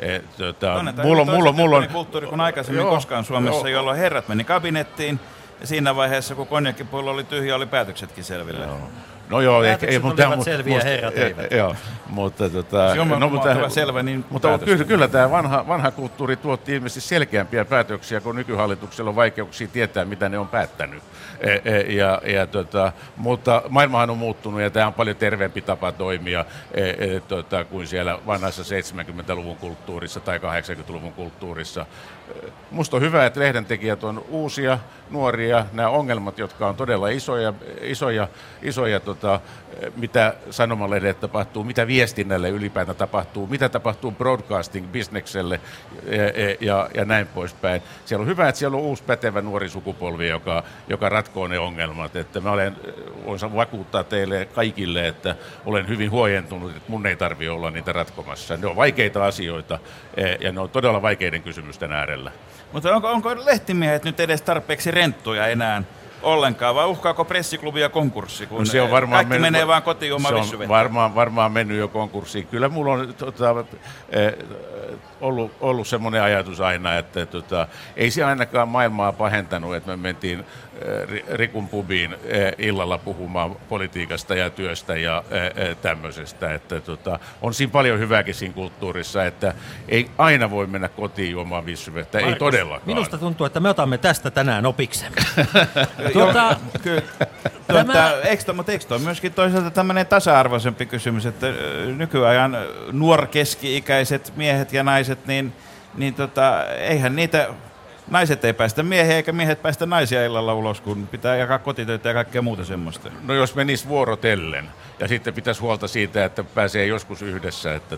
Mulla on kulttuuri kuin aikaisemmin koskaan Suomessa, jolloin herrat meni kabinettiin ja siinä vaiheessa, kun konjakkipullo oli tyhjä, oli päätöksetkin selville. No joo, olivat selviä, herrat eivät. Joo, mutta selvä, niin mutta kyllä tämä vanha kulttuuri tuotti ilmeisesti selkeämpiä päätöksiä, kun nykyhallituksella on vaikeuksia tietää, mitä ne on päättänyt. Mutta maailmahan on muuttunut ja tämä on paljon terveempi tapa toimia kuin siellä vanhassa 70-luvun kulttuurissa tai 80-luvun kulttuurissa. Musta on hyvä, että lehdentekijät on uusia, nuoria. Nämä ongelmat, jotka on todella isoja mitä sanomalehdelle tapahtuu, mitä viestinnälle ylipäätään tapahtuu, mitä tapahtuu broadcasting-bisnekselle ja näin poispäin. Siellä on hyvä, että siellä on uusi pätevä nuori sukupolvi, joka ratkoo ne ongelmat. Että voin vakuuttaa teille kaikille, että olen hyvin huojentunut, että mun ei tarvitse olla niitä ratkomassa. Ne on vaikeita asioita ja ne on todella vaikeiden kysymysten äärellä. Mutta onko lehtimiehet nyt edes tarpeeksi renttuja enää ollenkaan, vai uhkaako pressiklubi ja konkurssi, kun se on kaikki menee vaan kotiin juomaan vissyvettä? Se on varmaan mennyt jo konkurssiin. Kyllä mulla on ollut semmoinen ajatus aina, että ei se ainakaan maailmaa pahentanut, että me mentiin Rikun pubiin illalla puhumaan politiikasta ja työstä ja tämmöisestä. Että on siinä paljon hyvääkin siinä kulttuurissa, että ei aina voi mennä kotiin juomaan vissyvettä, ei todellakaan. Minusta tuntuu, että me otamme tästä tänään opiksemme. Eikö toi myöskin toisaalta tämmöinen tasa-arvoisempi kysymys, että nykyajan nuorkeski-ikäiset miehet ja naiset, niin eihän niitä, naiset ei päästä miehiä eikä miehet päästä naisia illalla ulos, kun pitää jakaa kotitöitä ja kaikkea muuta semmoista. No jos menisi vuorotellen ja sitten pitäisi huolta siitä, että pääsee joskus yhdessä, että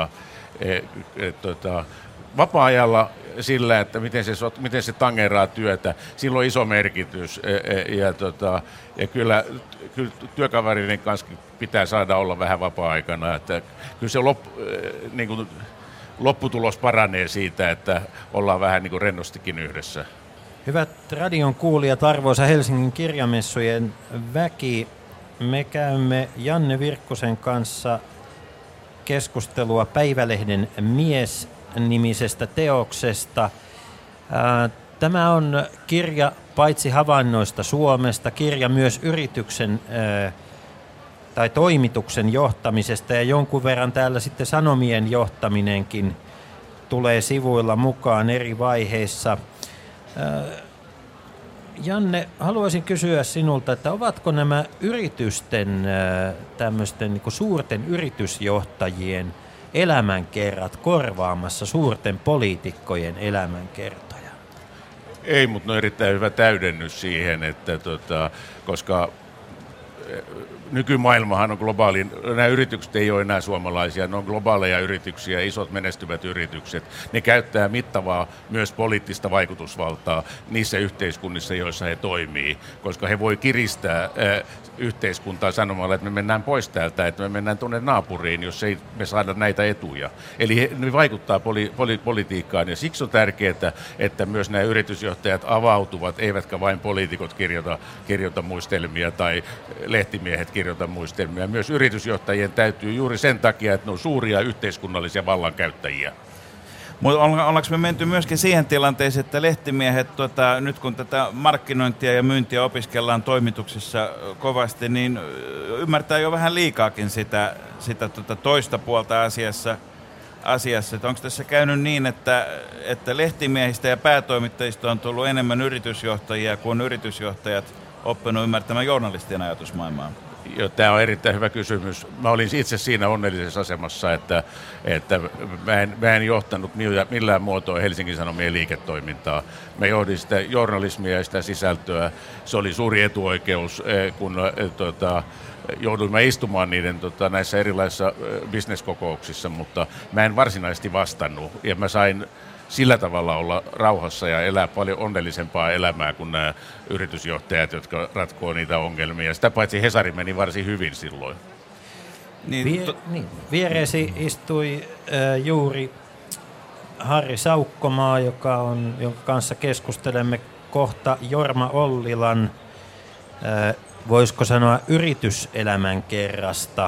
vapaa-ajalla sillä, että miten se tangeraa työtä, sillä on iso merkitys ja kyllä työkaverinen kanssa pitää saada olla vähän vapaa-aikana, että kyllä se lopputulos paranee siitä, että ollaan vähän niin kuin rennostikin yhdessä. Hyvät radion kuulijat, arvoisa Helsingin kirjamessujen väki, me käymme Janne Virkkusen kanssa keskustelua Päivälehden Mies-nimisestä teoksesta. Tämä on kirja paitsi havainnoista Suomesta, kirja myös yrityksen tai toimituksen johtamisesta ja jonkun verran täällä sitten sanomien johtaminenkin tulee sivuilla mukaan eri vaiheissa. Janne, haluaisin kysyä sinulta, että ovatko nämä yritysten, tämmöisten niin kuin suurten yritysjohtajien elämänkerrat korvaamassa suurten poliitikkojen elämänkertoja? Ei, mutta on erittäin hyvä täydennys siihen, että koska nykymaailmahan on globaali, nämä yritykset ei ole enää suomalaisia, ne on globaaleja yrityksiä, isot menestyvät yritykset. Ne käyttää mittavaa myös poliittista vaikutusvaltaa niissä yhteiskunnissa, joissa he toimii, koska he voi kiristää yhteiskuntaa sanomalla, että me mennään pois täältä, että me mennään tuonne naapuriin, jos ei me saada näitä etuja. Eli ne vaikuttaa politiikkaan ja siksi on tärkeää, että myös nämä yritysjohtajat avautuvat, eivätkä vain poliitikot kirjoita muistelmia tai lehtimiehet kirjoita muistelmia. Myös yritysjohtajien täytyy juuri sen takia, että ne on suuria yhteiskunnallisia vallankäyttäjiä. Mutta ollaanko me menty myöskin siihen tilanteeseen, että lehtimiehet, nyt kun tätä markkinointia ja myyntiä opiskellaan toimituksessa kovasti, niin ymmärtää jo vähän liikaakin sitä toista puolta asiassa. Että onko tässä käynyt niin, että lehtimiehistä ja päätoimittajista on tullut enemmän yritysjohtajia kuin yritysjohtajat oppinut ymmärtämään journalistien ajatusmaailmaa? Tämä on erittäin hyvä kysymys. Mä olin itse siinä onnellisessa asemassa, että mä en johtanut millään muotoa Helsingin Sanomien liiketoimintaa. Mä johdin sitä journalismia ja sitä sisältöä. Se oli suuri etuoikeus, kun jouduimme istumaan niiden näissä erilaisissa bisneskokouksissa, mutta mä en varsinaisesti vastannut. Ja mä sain sillä tavalla olla rauhassa ja elää paljon onnellisempaa elämää kuin nämä yritysjohtajat, jotka ratkoo niitä ongelmia. Sitä paitsi Hesari meni varsin hyvin silloin. Viereesi istui juuri Harri Saukkomaa, jonka kanssa keskustelemme kohta Jorma Ollilan, voisiko sanoa yrityselämän kerrasta.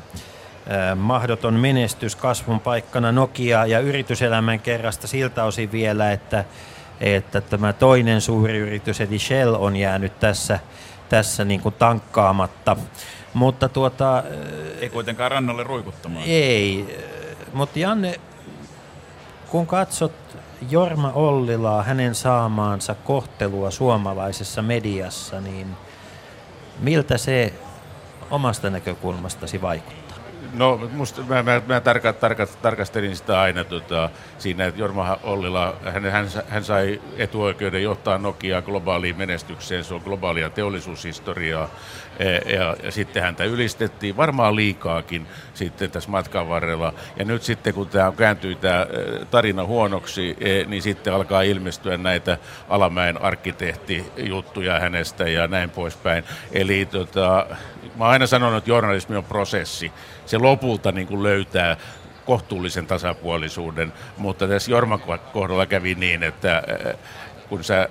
Mahdoton menestys kasvun paikkana Nokia ja yrityselämän kerrasta siltä osin vielä, että tämä toinen suuri yritys eli Shell on jäänyt tässä niin kuin tankkaamatta. Mutta ei kuitenkaan rannalle ruikuttamaan. Ei, mutta Janne, kun katsot Jorma Ollilaa, hänen saamaansa kohtelua suomalaisessa mediassa, niin miltä se omasta näkökulmastasi vaikuttaa? No, mä tarkastelin sitä aina siinä, että Jorma Ollila, hän sai etuoikeuden johtaa Nokiaa globaaliin menestykseen, se on globaalia teollisuushistoriaa, ja sitten häntä ylistettiin varmaan liikaakin sitten tässä matkan varrella, ja nyt sitten kun tämä kääntyi tämä tarina huonoksi, niin sitten alkaa ilmestyä näitä Alamäen arkkitehtijuttuja hänestä ja näin poispäin, eli mä oon aina sanonut, että journalismi on prosessi. Se lopulta niin kuin löytää kohtuullisen tasapuolisuuden, mutta tässä Jorman kohdalla kävi niin, että kun sä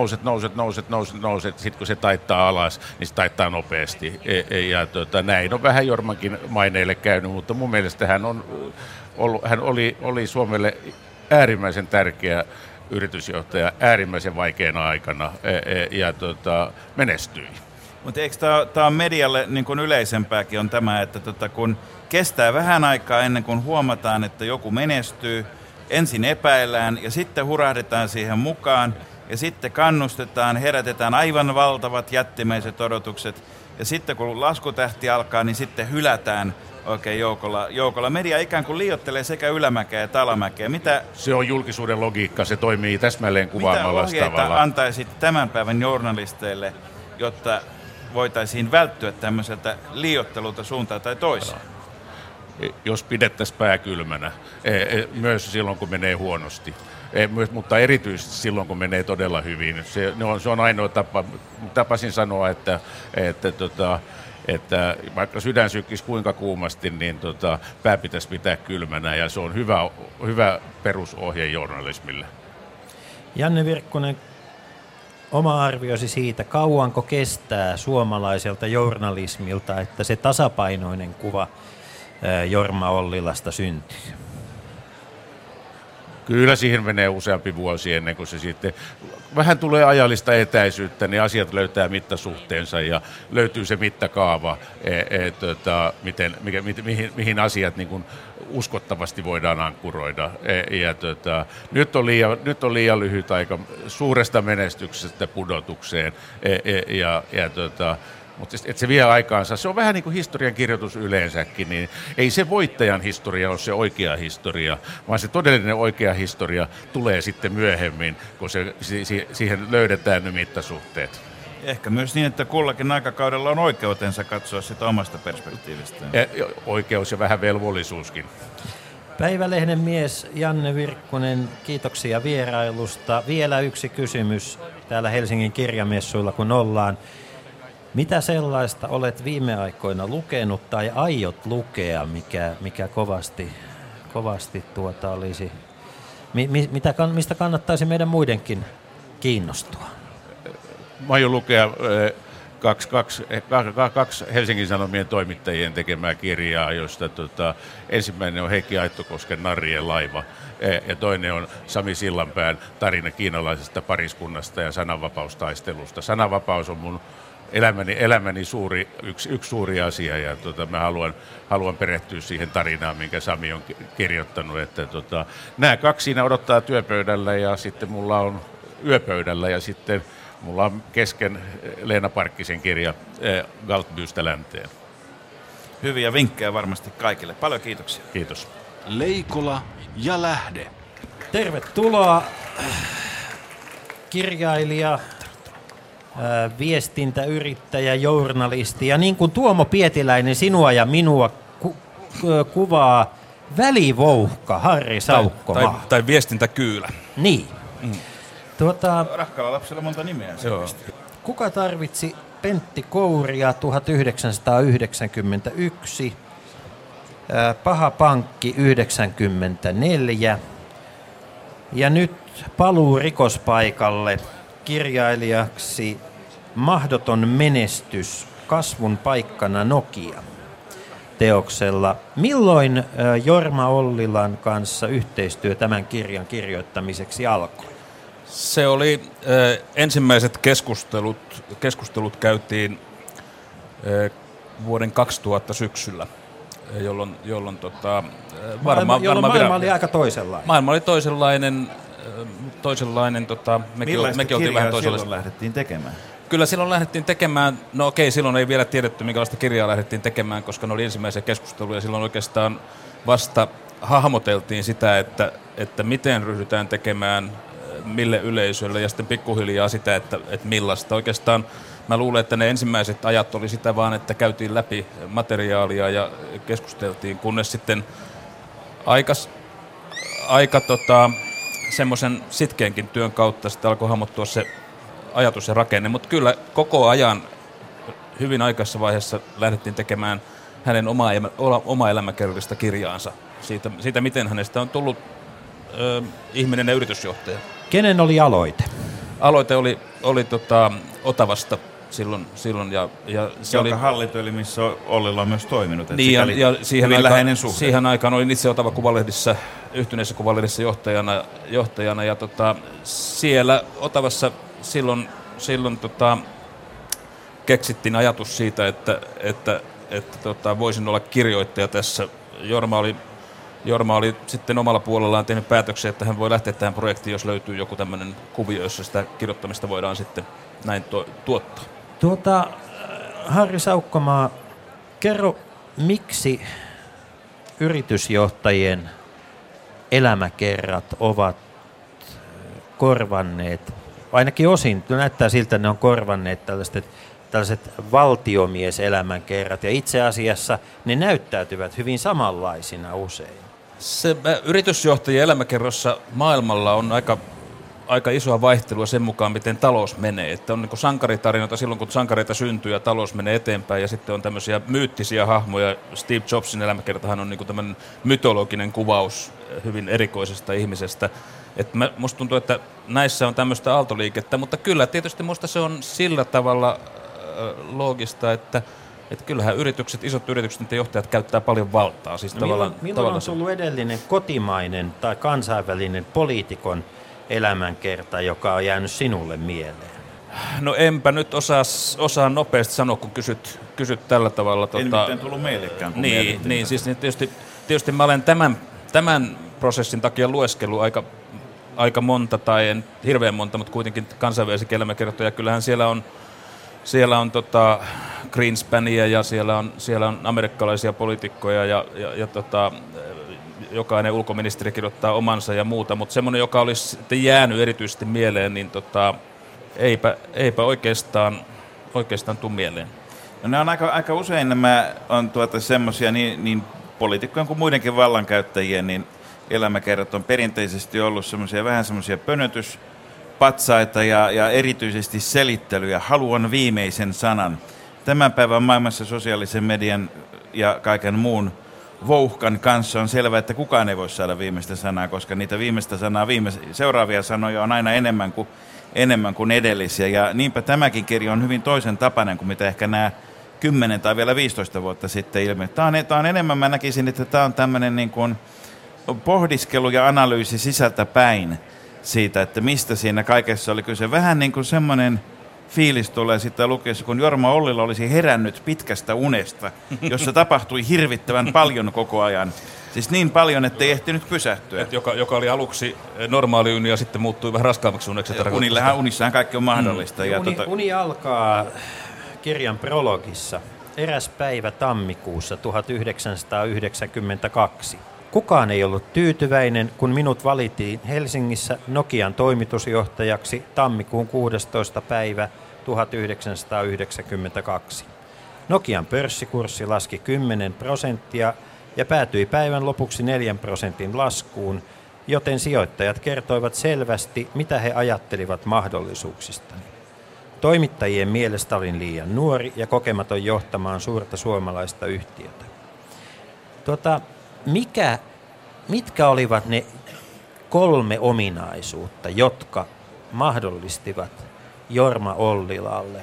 nouset, sitten kun se taittaa alas, niin se taittaa nopeasti. Ja näin on vähän Jormankin maineille käynyt, mutta mun mielestä hän oli Suomelle äärimmäisen tärkeä yritysjohtaja äärimmäisen vaikeana aikana ja menestyi. Mutta eikö tämä medialle niin kuin yleisempääkin on tämä, että kun kestää vähän aikaa ennen kuin huomataan, että joku menestyy, ensin epäillään ja sitten hurahdetaan siihen mukaan ja sitten kannustetaan, herätetään aivan valtavat jättimäiset odotukset ja sitten kun laskutähti alkaa, niin sitten hylätään oikein joukolla. Media ikään kuin liioittelee sekä ylämäkeä että alamäkeä. Se on julkisuuden logiikka, se toimii täsmälleen kuvaamalla tavalla. Mitä ohjeita antaisit tämän päivän journalisteille, jotta voitaisiin välttyä tämmöiseltä liioittelulta suuntaan tai toiseen? Jos pidettäisiin pää kylmänä, myös silloin kun menee huonosti, mutta erityisesti silloin kun menee todella hyvin. Se on ainoa tapa. Tapasin sanoa, että vaikka sydän sykkisi kuinka kuumasti, niin pää pitäisi pitää kylmänä ja se on hyvä perusohje journalismille. Janne Virkkunen, oma arviosi siitä, kauanko kestää suomalaiselta journalismilta, että se tasapainoinen kuva Jorma Ollilasta syntyy? Kyllä siihen menee useampi vuosi ennen kuin se sitten vähän tulee ajallista etäisyyttä, niin asiat löytää mittasuhteensa ja löytyy se mittakaava, mihin asiat niin kuin uskottavasti voidaan ankkuroida. Nyt on liian lyhyt aika suuresta menestyksestä pudotukseen mutta että se vie aikaansa. Se on vähän niin kuin historian kirjoitus yleensäkin, niin ei se voittajan historia ole se oikea historia, vaan se todellinen oikea historia tulee sitten myöhemmin, kun siihen löydetään ne mittasuhteet. Ehkä myös niin, että kullakin aikakaudella on oikeutensa katsoa sitä omasta perspektiivistään. Oikeus ja vähän velvollisuuskin. Päivälehden mies Janne Virkkunen, kiitoksia vierailusta. Vielä yksi kysymys täällä Helsingin kirjamessuilla, kun ollaan. Mitä sellaista olet viime aikoina lukenut tai aiot lukea, mikä kovasti olisi, mistä kannattaisi meidän muidenkin kiinnostua? Mä aion lukea kaksi Helsingin Sanomien toimittajien tekemää kirjaa, josta ensimmäinen on Heikki Aittokosken Narrien laiva ja toinen on Sami Sillanpään tarina kiinalaisesta pariskunnasta ja sananvapaustaistelusta. Sananvapaus on mun elämäni yksi suuri asia ja mä haluan perehtyä siihen tarinaan, minkä Sami on kirjoittanut. Että nämä kaksi siinä odottaa työpöydällä ja sitten mulla on yöpöydällä ja sitten Mulla on kesken Leena Parkkisen kirja Galtbystä länteen. Hyviä vinkkejä varmasti kaikille. Paljon kiitoksia. Kiitos. Leikola ja Lähde. Tervetuloa kirjailija, viestintäyrittäjä, journalisti ja niin kuin Tuomo Pietiläinen sinua ja minua kuvaa välivouhka Harri Saukkomaa. Tai viestintäkyylä. Niin. Rakkaalla lapsella monta nimeä. Kuka tarvitsi Pentti Kouria 1991, Paha pankki 94 ja nyt paluu rikospaikalle kirjailijaksi Mahdoton menestys, kasvun paikkana Nokia teoksella. Milloin Jorma Ollilan kanssa yhteistyö tämän kirjan kirjoittamiseksi alkoi? Se oli ensimmäiset keskustelut käytiin vuoden 2000 syksyllä, jolloin maailma oli aika toisenlainen. Maailma oli toisenlainen mekin oltiin vähän toisenlaista. Silloin lähdettiin tekemään? Kyllä silloin lähdettiin tekemään, no okei, silloin ei vielä tiedetty minkälaista kirjaa lähdettiin tekemään, koska ne oli ensimmäisiä keskusteluja. Silloin oikeastaan vasta hahmoteltiin sitä, että miten ryhdytään tekemään, mille yleisölle ja sitten pikkuhiljaa sitä, että millaista. Oikeastaan mä luulen, että ne ensimmäiset ajat oli sitä vaan, että käytiin läpi materiaalia ja keskusteltiin, kunnes sitten aika semmoisen sitkeänkin työn kautta sitten alkoi hahmottua se ajatus ja rakenne, mutta kyllä koko ajan hyvin aikaisessa vaiheessa lähdettiin tekemään hänen omaa elämäkerrallista kirjaansa siitä, miten hänestä on tullut ihminen ja yritysjohtaja. Kenen oli aloite? Aloite oli Otavasta silloin ja se Jonka oli hallintoelimissä Ollilla on myös toiminut. Niin, ja siihen aikaan olin itse Otava Kuvalehdissä, yhtyneessä Kuvalehdissä johtajana ja siellä Otavassa silloin keksittiin ajatus siitä, että voisin olla kirjoittaja tässä. Jorma oli sitten omalla puolellaan tehnyt päätöksen, että hän voi lähteä tähän projektiin, jos löytyy joku tämmöinen kuvio, jossa sitä kirjoittamista voidaan sitten näin tuottaa. Harri Saukkomaa, kerro, miksi yritysjohtajien elämäkerrat ovat korvanneet, ainakin osin näyttää siltä, että ne on korvanneet tällaiset valtiomieselämänkerrat, ja itse asiassa ne näyttäytyvät hyvin samanlaisina usein. Se yritysjohtajien elämäkerrossa maailmalla on aika isoa vaihtelua sen mukaan, miten talous menee. Että on niin kuin sankaritarinoita silloin, kun sankareita syntyy ja talous menee eteenpäin, ja sitten on tämmöisiä myyttisiä hahmoja. Steve Jobsin elämäkertahan on niin kuin tämmöinen mytologinen kuvaus hyvin erikoisesta ihmisestä. Musta tuntuu, että näissä on tämmöistä aaltoliikettä, mutta kyllä tietysti musta se on sillä tavalla loogista, että kyllähän isot yritykset ja johtajat käyttää paljon valtaa. Siis milloin on tullut edellinen kotimainen tai kansainvälinen poliitikon elämänkerta, joka on jäänyt sinulle mieleen? No enpä nyt osaa nopeasti sanoa, kun kysyt tällä tavalla. Ei mitään tullut meillekään. Niin, siis tietysti mä olen tämän prosessin takia lueskellut aika monta, tai en hirveän monta, mutta kuitenkin kansainvälisiä elämäkertoja. Kyllähän siellä on Greenspania ja siellä on amerikkalaisia poliitikkoja ja jokainen ulkoministeri kirjoittaa omansa ja muuta, mutta semmoinen, joka olisi sitten jäänyt erityisesti mieleen, niin eipä oikeastaan tule mieleen. No ne on aika usein nämä on semmoisia niin poliitikkojen kuin muidenkin vallankäyttäjien, niin elämäkerrat on perinteisesti ollut vähän semmoisia pönötyspatsaita ja erityisesti selittelyjä. Haluan viimeisen sanan. Tämän päivän maailmassa sosiaalisen median ja kaiken muun vouhkan kanssa on selvää, että kukaan ei voi saada viimeistä sanaa, koska niitä viimeistä sanaa, seuraavia sanoja on aina enemmän kuin edellisiä. Ja niinpä tämäkin kirja on hyvin toisen tapainen kuin mitä ehkä nämä 10 tai vielä 15 vuotta sitten ilmi. Tämä on enemmän, mä näkisin, että tämä on tämmöinen niin kuin pohdiskelu ja analyysi sisältä päin siitä, että mistä siinä kaikessa oli kyse. Vähän niin kuin semmoinen fiilis tulee sitä lukeessa, kun Jorma Ollila olisi herännyt pitkästä unesta, jossa tapahtui hirvittävän paljon koko ajan. Siis niin paljon, ettei ehtinyt pysähtyä. Joka oli aluksi normaali uni ja sitten muuttui vähän raskaammaksi uneksi. Unissahan kaikki on mahdollista. Uni alkaa kirjan prologissa. Eräs päivä tammikuussa 1992. Kukaan ei ollut tyytyväinen, kun minut valittiin Helsingissä Nokian toimitusjohtajaksi tammikuun 16. päivä 1992. Nokian pörssikurssi laski 10% ja päätyi päivän lopuksi 4% laskuun, joten sijoittajat kertoivat selvästi, mitä he ajattelivat mahdollisuuksistani. Toimittajien mielestä olin liian nuori ja kokematon johtamaan suurta suomalaista yhtiötä. Mitkä olivat ne 3 ominaisuutta, jotka mahdollistivat Jorma Ollilalle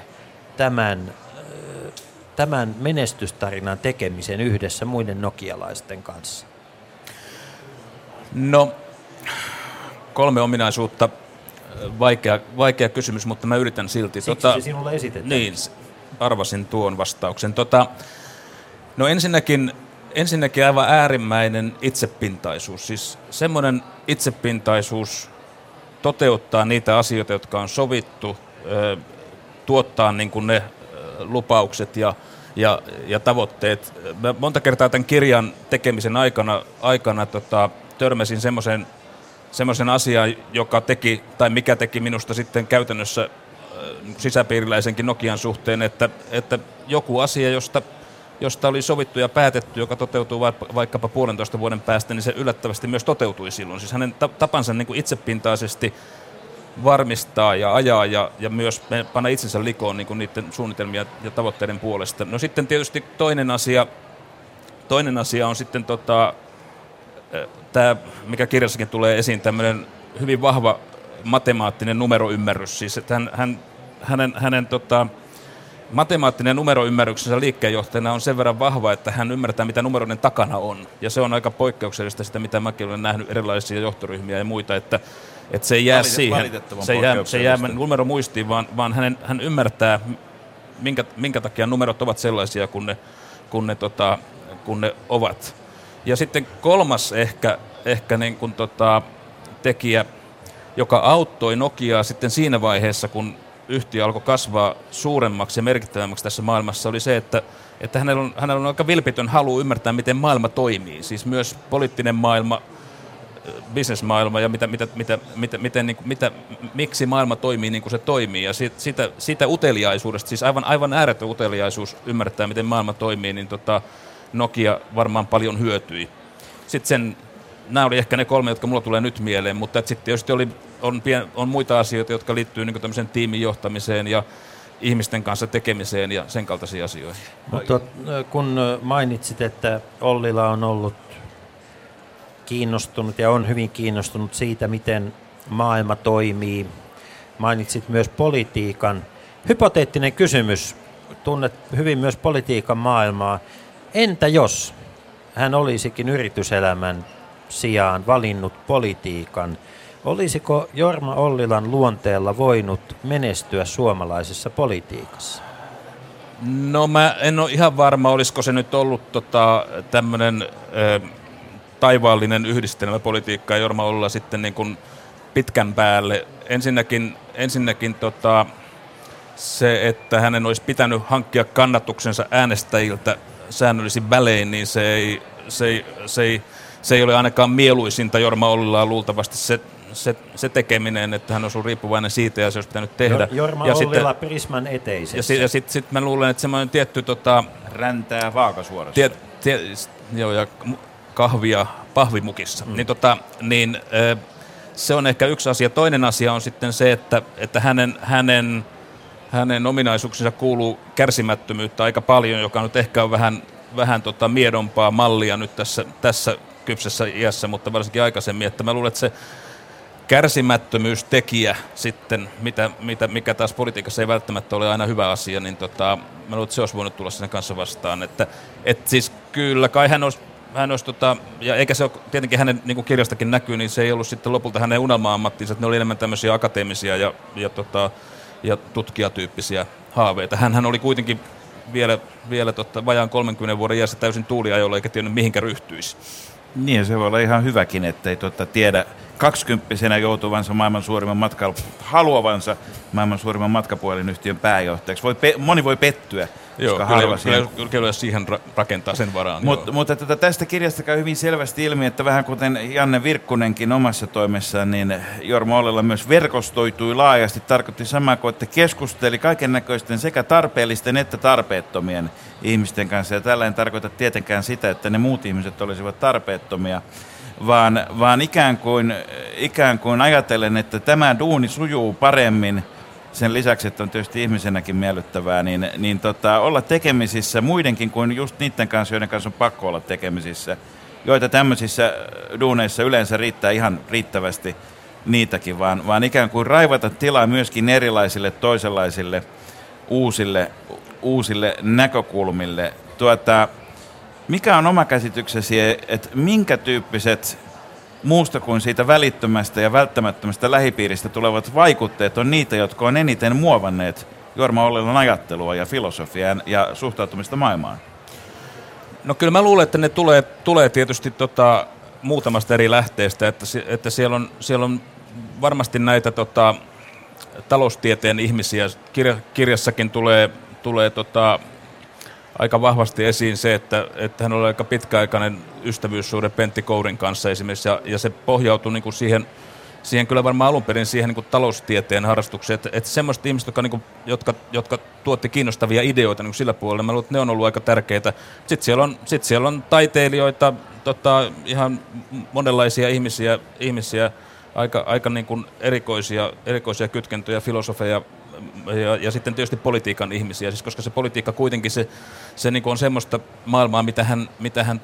tämän menestystarinan tekemisen yhdessä muiden nokialaisten kanssa? No, 3 ominaisuutta. Vaikea kysymys, mutta mä yritän silti. Siksi se sinulle esitetään. Niin, arvasin tuon vastauksen. No ensinnäkin aivan äärimmäinen itsepintaisuus. Siis semmoinen itsepintaisuus toteuttaa niitä asioita, jotka on sovittu, tuottaa niin kuin ne lupaukset ja tavoitteet. Mä monta kertaa tämän kirjan tekemisen aikana törmäsin semmoisen asian, mikä teki minusta sitten käytännössä sisäpiiriläisenkin Nokian suhteen, että joku asia, josta oli sovittu ja päätetty, joka toteutuu vaikkapa 1,5 vuoden päästä, niin se yllättävästi myös toteutui silloin. Siis hänen tapansa niin kuin itsepintaisesti varmistaa ja ajaa ja myös panna itsensä likoon niin kuin niiden suunnitelmia ja tavoitteiden puolesta. No sitten tietysti toinen asia on sitten tämä, mikä kirjassakin tulee esiin, tämmöinen hyvin vahva matemaattinen numeroymmärrys. Siis että hänen matemaattinen numeroymmärryksensä liikkeenjohtajana on sen verran vahva, että hän ymmärtää, mitä numeroiden takana on. Ja se on aika poikkeuksellista sitä, mitä mäkin olen nähnyt erilaisia johtoryhmiä ja muita, että se ei jää siihen, se jää numeromuistiin, vaan hän ymmärtää, minkä takia numerot ovat sellaisia, kun ne ovat. Ja sitten 3. ehkä niin kuin tekijä, joka auttoi Nokiaa sitten siinä vaiheessa, kun yhtiö alkoi kasvaa suuremmaksi ja merkittävämmäksi tässä maailmassa, oli se, että hänellä on aika vilpitön halu ymmärtää, miten maailma toimii. Siis myös poliittinen maailma, businessmaailma ja miksi maailma toimii niin kuin se toimii. Ja siitä uteliaisuudesta, siis aivan ääretön uteliaisuus ymmärtää, miten maailma toimii, niin Nokia varmaan paljon hyötyi. Sitten nämä oli ehkä ne 3, jotka mulla tulee nyt mieleen, mutta sitten tietysti on muita asioita, jotka liittyy niin tämmöiseen tiimin johtamiseen ja ihmisten kanssa tekemiseen ja sen kaltaisiin asioihin. Mutta kun mainitsit, että Ollila on ollut kiinnostunut ja on hyvin kiinnostunut siitä, miten maailma toimii, mainitsit myös politiikan. Hypoteettinen kysymys, tunnet hyvin myös politiikan maailmaa. Entä jos hän olisikin yrityselämän sijaan valinnut politiikan? Olisiko Jorma Ollilan luonteella voinut menestyä suomalaisessa politiikassa? No mä en ole ihan varma, olisiko se nyt ollut tämmöinen taivaallinen yhdistelmäpolitiikka ja Jorma Ollila sitten niin kuin pitkän päälle. Ensinnäkin se, että hänen olisi pitänyt hankkia kannatuksensa äänestäjiltä säännöllisin välein, niin se ei ole ainakaan mieluisinta Jorma Ollilaa luultavasti se tekeminen, että hän olisi ollut riippuvainen siitä ja se olisi pitänyt tehdä. Jorma Ollila Prisman eteisessä. Ja sitten mä luulen, että semmoinen tietty räntää vaakasuorassa. Joo, ja kahvia pahvimukissa. Niin se on ehkä yksi asia. Toinen asia on sitten se, että hänen ominaisuuksensa kuuluu kärsimättömyyttä aika paljon, joka nyt ehkä on vähän miedompaa mallia nyt tässä kypsessä iässä, mutta varsinkin aikaisemmin, että mä luulen, että se kärsimättömyystekijä sitten, mikä taas politiikassa ei välttämättä ole aina hyvä asia, niin mä luulen, että se olisi voinut tulla sen kanssa vastaan, että siis kyllä kai hän olisi, ja eikä se ole, tietenkin hänen, niin kuin kirjastakin näkyy, niin se ei ollut sitten lopulta hänen unelma-ammattinsa, että ne oli enemmän tämmöisiä akateemisia ja tutkijatyyppisiä haaveita. Hänhän oli kuitenkin vielä vajaan 30 vuoden iässä täysin tuuliajolla eikä tiennyt mihinkä ryhtyisi. Niin, se voi olla ihan hyväkin, ettei tiedä 20-vuotiaana joutuvansa haluavansa maailman suurimman matkapuhelinyhtiön pääjohtajaksi. Moni voi pettyä. Joo, kyllä siihen rakentaa sen varaan. Mutta tästä kirjasta käy hyvin selvästi ilmi, että vähän kuten Janne Virkkunenkin omassa toimessaan, niin Jorma Ollila myös verkostoitui laajasti. Tarkoitti samaa kuin, että keskusteli kaikennäköisten sekä tarpeellisten että tarpeettomien ihmisten kanssa. Ja tällä en tarkoita tietenkään sitä, että ne muut ihmiset olisivat tarpeettomia, vaan ikään kuin ajatellen, että tämä duuni sujuu paremmin. Sen lisäksi, että on tietysti ihmisenäkin miellyttävää, niin olla tekemisissä muidenkin kuin just niiden kanssa, joiden kanssa on pakko olla tekemisissä, joita tämmöisissä duuneissa yleensä riittää ihan riittävästi niitäkin, vaan ikään kuin raivata tilaa myöskin erilaisille, toisenlaisille, uusille näkökulmille. Mikä on oma käsityksesi, että minkä tyyppiset muusta kuin siitä välittömästä ja välttämättömästä lähipiiristä tulevat vaikutteet on niitä, jotka on eniten muovanneet Jorma Ollilan ajattelua ja filosofiaa ja suhtautumista maailmaan? No kyllä mä luulen, että ne tulee tietysti muutamasta eri lähteestä, että siellä on varmasti näitä taloustieteen ihmisiä. Kirjassakin tulee aika vahvasti esiin se, että hän oli aika pitkäaikainen ystävyyssuhde Pentti Kourin kanssa esimerkiksi, ja se pohjautui niin kuin siihen kyllä varmaan alun perin siihen niin kuin taloustieteen harrastukseen, että semmoiset ihmiset, jotka tuotti kiinnostavia ideoita niin kuin sillä puolella, mä luulen, että ne on ollut aika tärkeitä. Sitten siellä on taiteilijoita, ihan monenlaisia ihmisiä aika niin kuin erikoisia kytkentöjä, filosofeja, ja sitten tietysti politiikan ihmisiä, siis koska se politiikka kuitenkin se niin kuin on semmoista maailmaa, mitä hän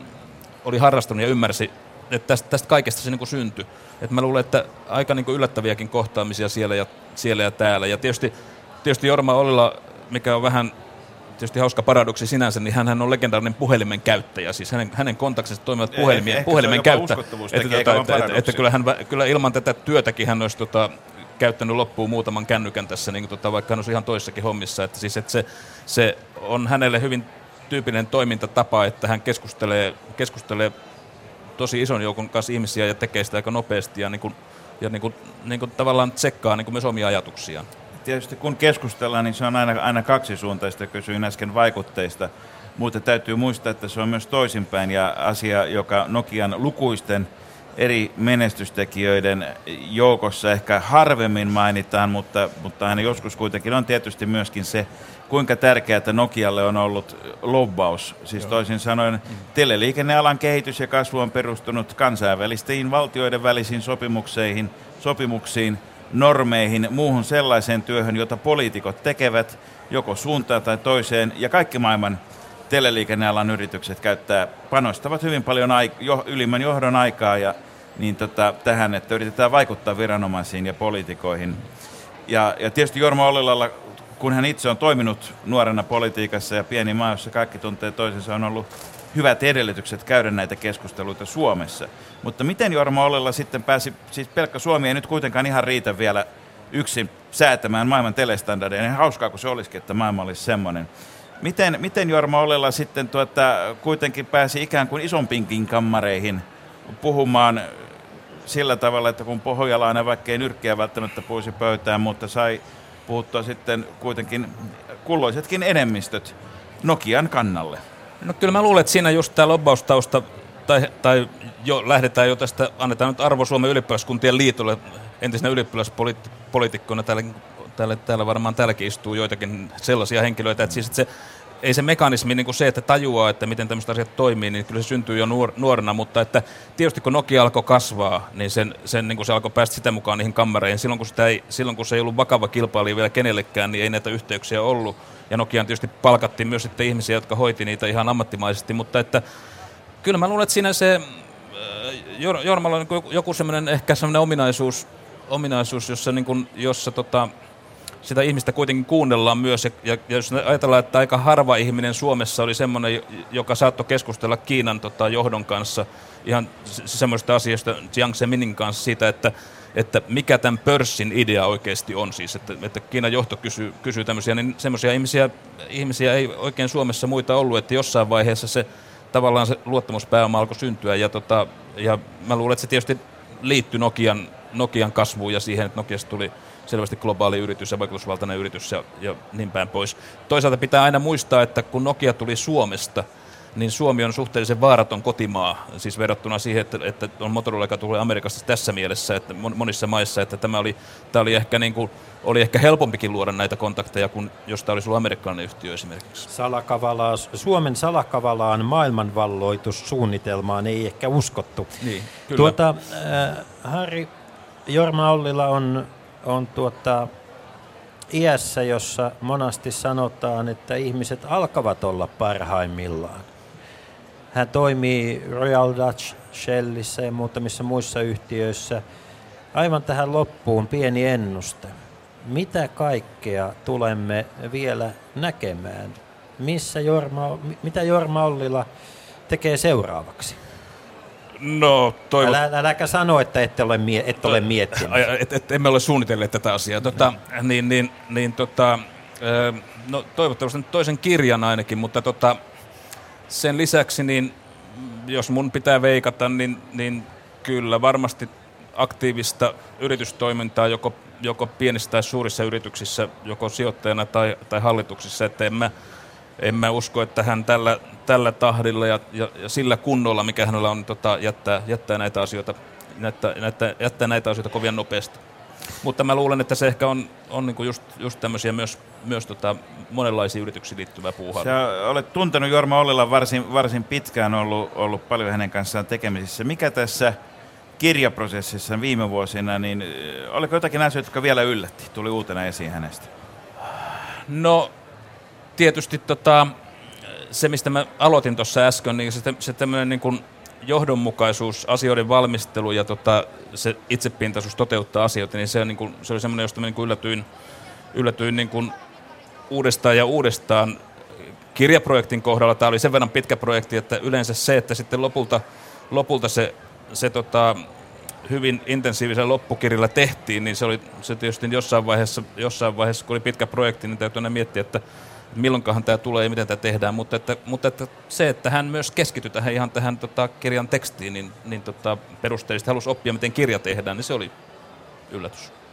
oli harrastunut ja ymmärsi, että tästä kaikesta se niin kuin syntyi. Et mä luulen, että aika niin kuin yllättäviäkin kohtaamisia siellä ja täällä. Ja tietysti Jorma Ollila, mikä on vähän tietysti hauska paradoksi sinänsä, niin hän on legendaarinen puhelimen käyttäjä. Siis hänen kontaktinsa toimivat puhelimen käyttäjä. Että kyllä ilman tätä työtäkin hän olisi käyttänyt loppuun muutaman kännykän tässä, niin vaikka hän olisi ihan toissakin hommissa. Että siis, että se on hänelle hyvin tyypillinen toimintatapa, että hän keskustelee tosi ison joukon kanssa ihmisiä ja tekee sitä aika nopeasti ja tavallaan tsekkaa niin kuin myös omia ajatuksiaan. Tietysti kun keskustellaan, niin se on aina kaksisuuntaista. Kysyin äsken vaikutteista, mutta täytyy muistaa, että se on myös toisinpäin ja asia, joka Nokian lukuisten eri menestystekijöiden joukossa ehkä harvemmin mainitaan, mutta aina joskus kuitenkin on tietysti myöskin se, kuinka tärkeää Nokialle on ollut lobbaus. Siis toisin sanoen teleliikennealan kehitys ja kasvu on perustunut kansainvälisiin valtioiden välisiin sopimuksiin, normeihin, muuhun sellaiseen työhön, jota poliitikot tekevät joko suuntaan tai toiseen, ja kaikki maailman teleliikennealan yritykset panostavat hyvin paljon ylimmän johdon aikaa ja tähän, että yritetään vaikuttaa viranomaisiin ja poliitikoihin. Ja tietysti Jorma Ollilalla, kun hän itse on toiminut nuorena politiikassa ja pieni maa, jossa kaikki tuntee toisensa, on ollut hyvät edellytykset käydä näitä keskusteluita Suomessa. Mutta miten Jorma Ollila sitten pääsi, siis pelkkä Suomi ei nyt kuitenkaan ihan riitä vielä yksin säätämään maailman telestandardeja, niin hauskaa kuin se olisikin, että maailma olisi semmoinen. Miten Jorma Ollila sitten kuitenkin pääsi ikään kuin isompiinkin kammareihin puhumaan sillä tavalla, että kun pohjalainen vaikka ei nyrkkiä välttämättä puhuisi pöytään, mutta sai puhuttua sitten kuitenkin kulloisetkin enemmistöt Nokian kannalle? No kyllä mä luulen, että siinä just tämä lobbaustausta, tai lähdetään jo tästä, annetaan nyt arvo Suomen ylioppilaskuntien liitolle entisenä ylioppilaspoliitikkoina, täällä varmaan täälläkin istuu joitakin sellaisia henkilöitä, että siis että ei se mekanismi, niin kuin se, että tajuaa, että miten tämmöiset asiat toimii, niin kyllä se syntyy jo nuorena, mutta että tietysti kun Nokia alkoi kasvaa, niin sen niin kuin se alkoi päästä sitä mukaan niihin kammareihin. Silloin kun se ei ollut vakava kilpailija vielä kenellekään, niin ei näitä yhteyksiä ollut. Ja Nokiaan tietysti palkattiin myös sitten ihmisiä, jotka hoiti niitä ihan ammattimaisesti, mutta että kyllä mä luulen, että siinä se Jormalla on joku semmoinen ehkä semmoinen ominaisuus jossa sitä ihmistä kuitenkin kuunnellaan myös, ja jos ajatellaan, että aika harva ihminen Suomessa oli semmoinen, joka saattoi keskustella Kiinan johdon kanssa ihan semmoista asioista Jiang Zeminin kanssa siitä, että että mikä tämän pörssin idea oikeasti on siis, että Kiinan johto kysyy tämmöisiä, niin semmoisia ihmisiä ei oikein Suomessa muita ollut, että jossain vaiheessa se tavallaan se luottamuspääoma alkoi syntyä, ja mä luulen, että se tietysti liittyi Nokian kasvuun ja siihen, että Nokiasta tuli selvästi globaali yritys ja vaikutusvaltainen yritys ja niin päin pois. Toisaalta pitää aina muistaa, että kun Nokia tuli Suomesta, niin Suomi on suhteellisen vaaraton kotimaa, siis verrattuna siihen, että on Motorola, joka tuli Amerikasta tässä mielessä, että monissa maissa, että tämä oli ehkä helpompikin luoda näitä kontakteja, kuin jos tämä olisi ollut amerikkalainen yhtiö esimerkiksi. Suomen salakavalaan maailmanvalloitussuunnitelmaan ei ehkä uskottu. Niin, kyllä. Harri, Jorma Ollila on iässä, jossa monasti sanotaan, että ihmiset alkavat olla parhaimmillaan. Hän toimii Royal Dutch Shellissä ja muutamissa muissa yhtiöissä. Aivan tähän loppuun pieni ennuste. Mitä kaikkea tulemme vielä näkemään? Mitä Jorma Ollila tekee seuraavaksi? No, Äläkä sano, että et ole miettinyt. Emme ole suunnitelleet tätä asiaa. No, toivottavasti toisen kirjan ainakin, mutta sen lisäksi, niin jos mun pitää veikata, niin kyllä varmasti aktiivista yritystoimintaa joko pienissä tai suurissa yrityksissä, joko sijoittajana tai hallituksissa, että en mä usko, että hän tällä tahdilla ja sillä kunnolla, mikä hänellä on, jättää näitä asioita kovin nopeasti. Mutta mä luulen, että se ehkä on niinku just tämmöisiä myös monenlaisiin yrityksiin liittyvää puuhaa. Sä olet tuntenut Jorma Ollilan varsin pitkään, ollut paljon hänen kanssaan tekemisissä. Mikä tässä kirjaprosessissa viime vuosina, niin oliko jotakin asioita, jotka vielä yllätti, tuli uutena esiin hänestä? No tietysti se, mistä mä aloitin tuossa äsken, niin se tämmöinen niin kuin johdonmukaisuus, asioiden valmistelu ja se itsepintaisuus toteuttaa asioita, niin se oli semmoinen, josta mä niin kuin yllätyin niin kuin uudestaan ja uudestaan. Kirjaprojektin kohdalla tämä oli sen verran pitkä projekti, että yleensä se, että sitten lopulta se hyvin intensiivisellä loppukirjalla tehtiin, niin se tietysti jossain vaiheessa, kun oli pitkä projekti, niin täytyy aina miettiä, että milloinkahan tämä tulee ja miten tämä tehdään, mutta että se, että hän myös keskityi tähän kirjan tekstiin, niin perusteellisesti halusi oppia, miten kirja tehdään, niin se oli yllätys.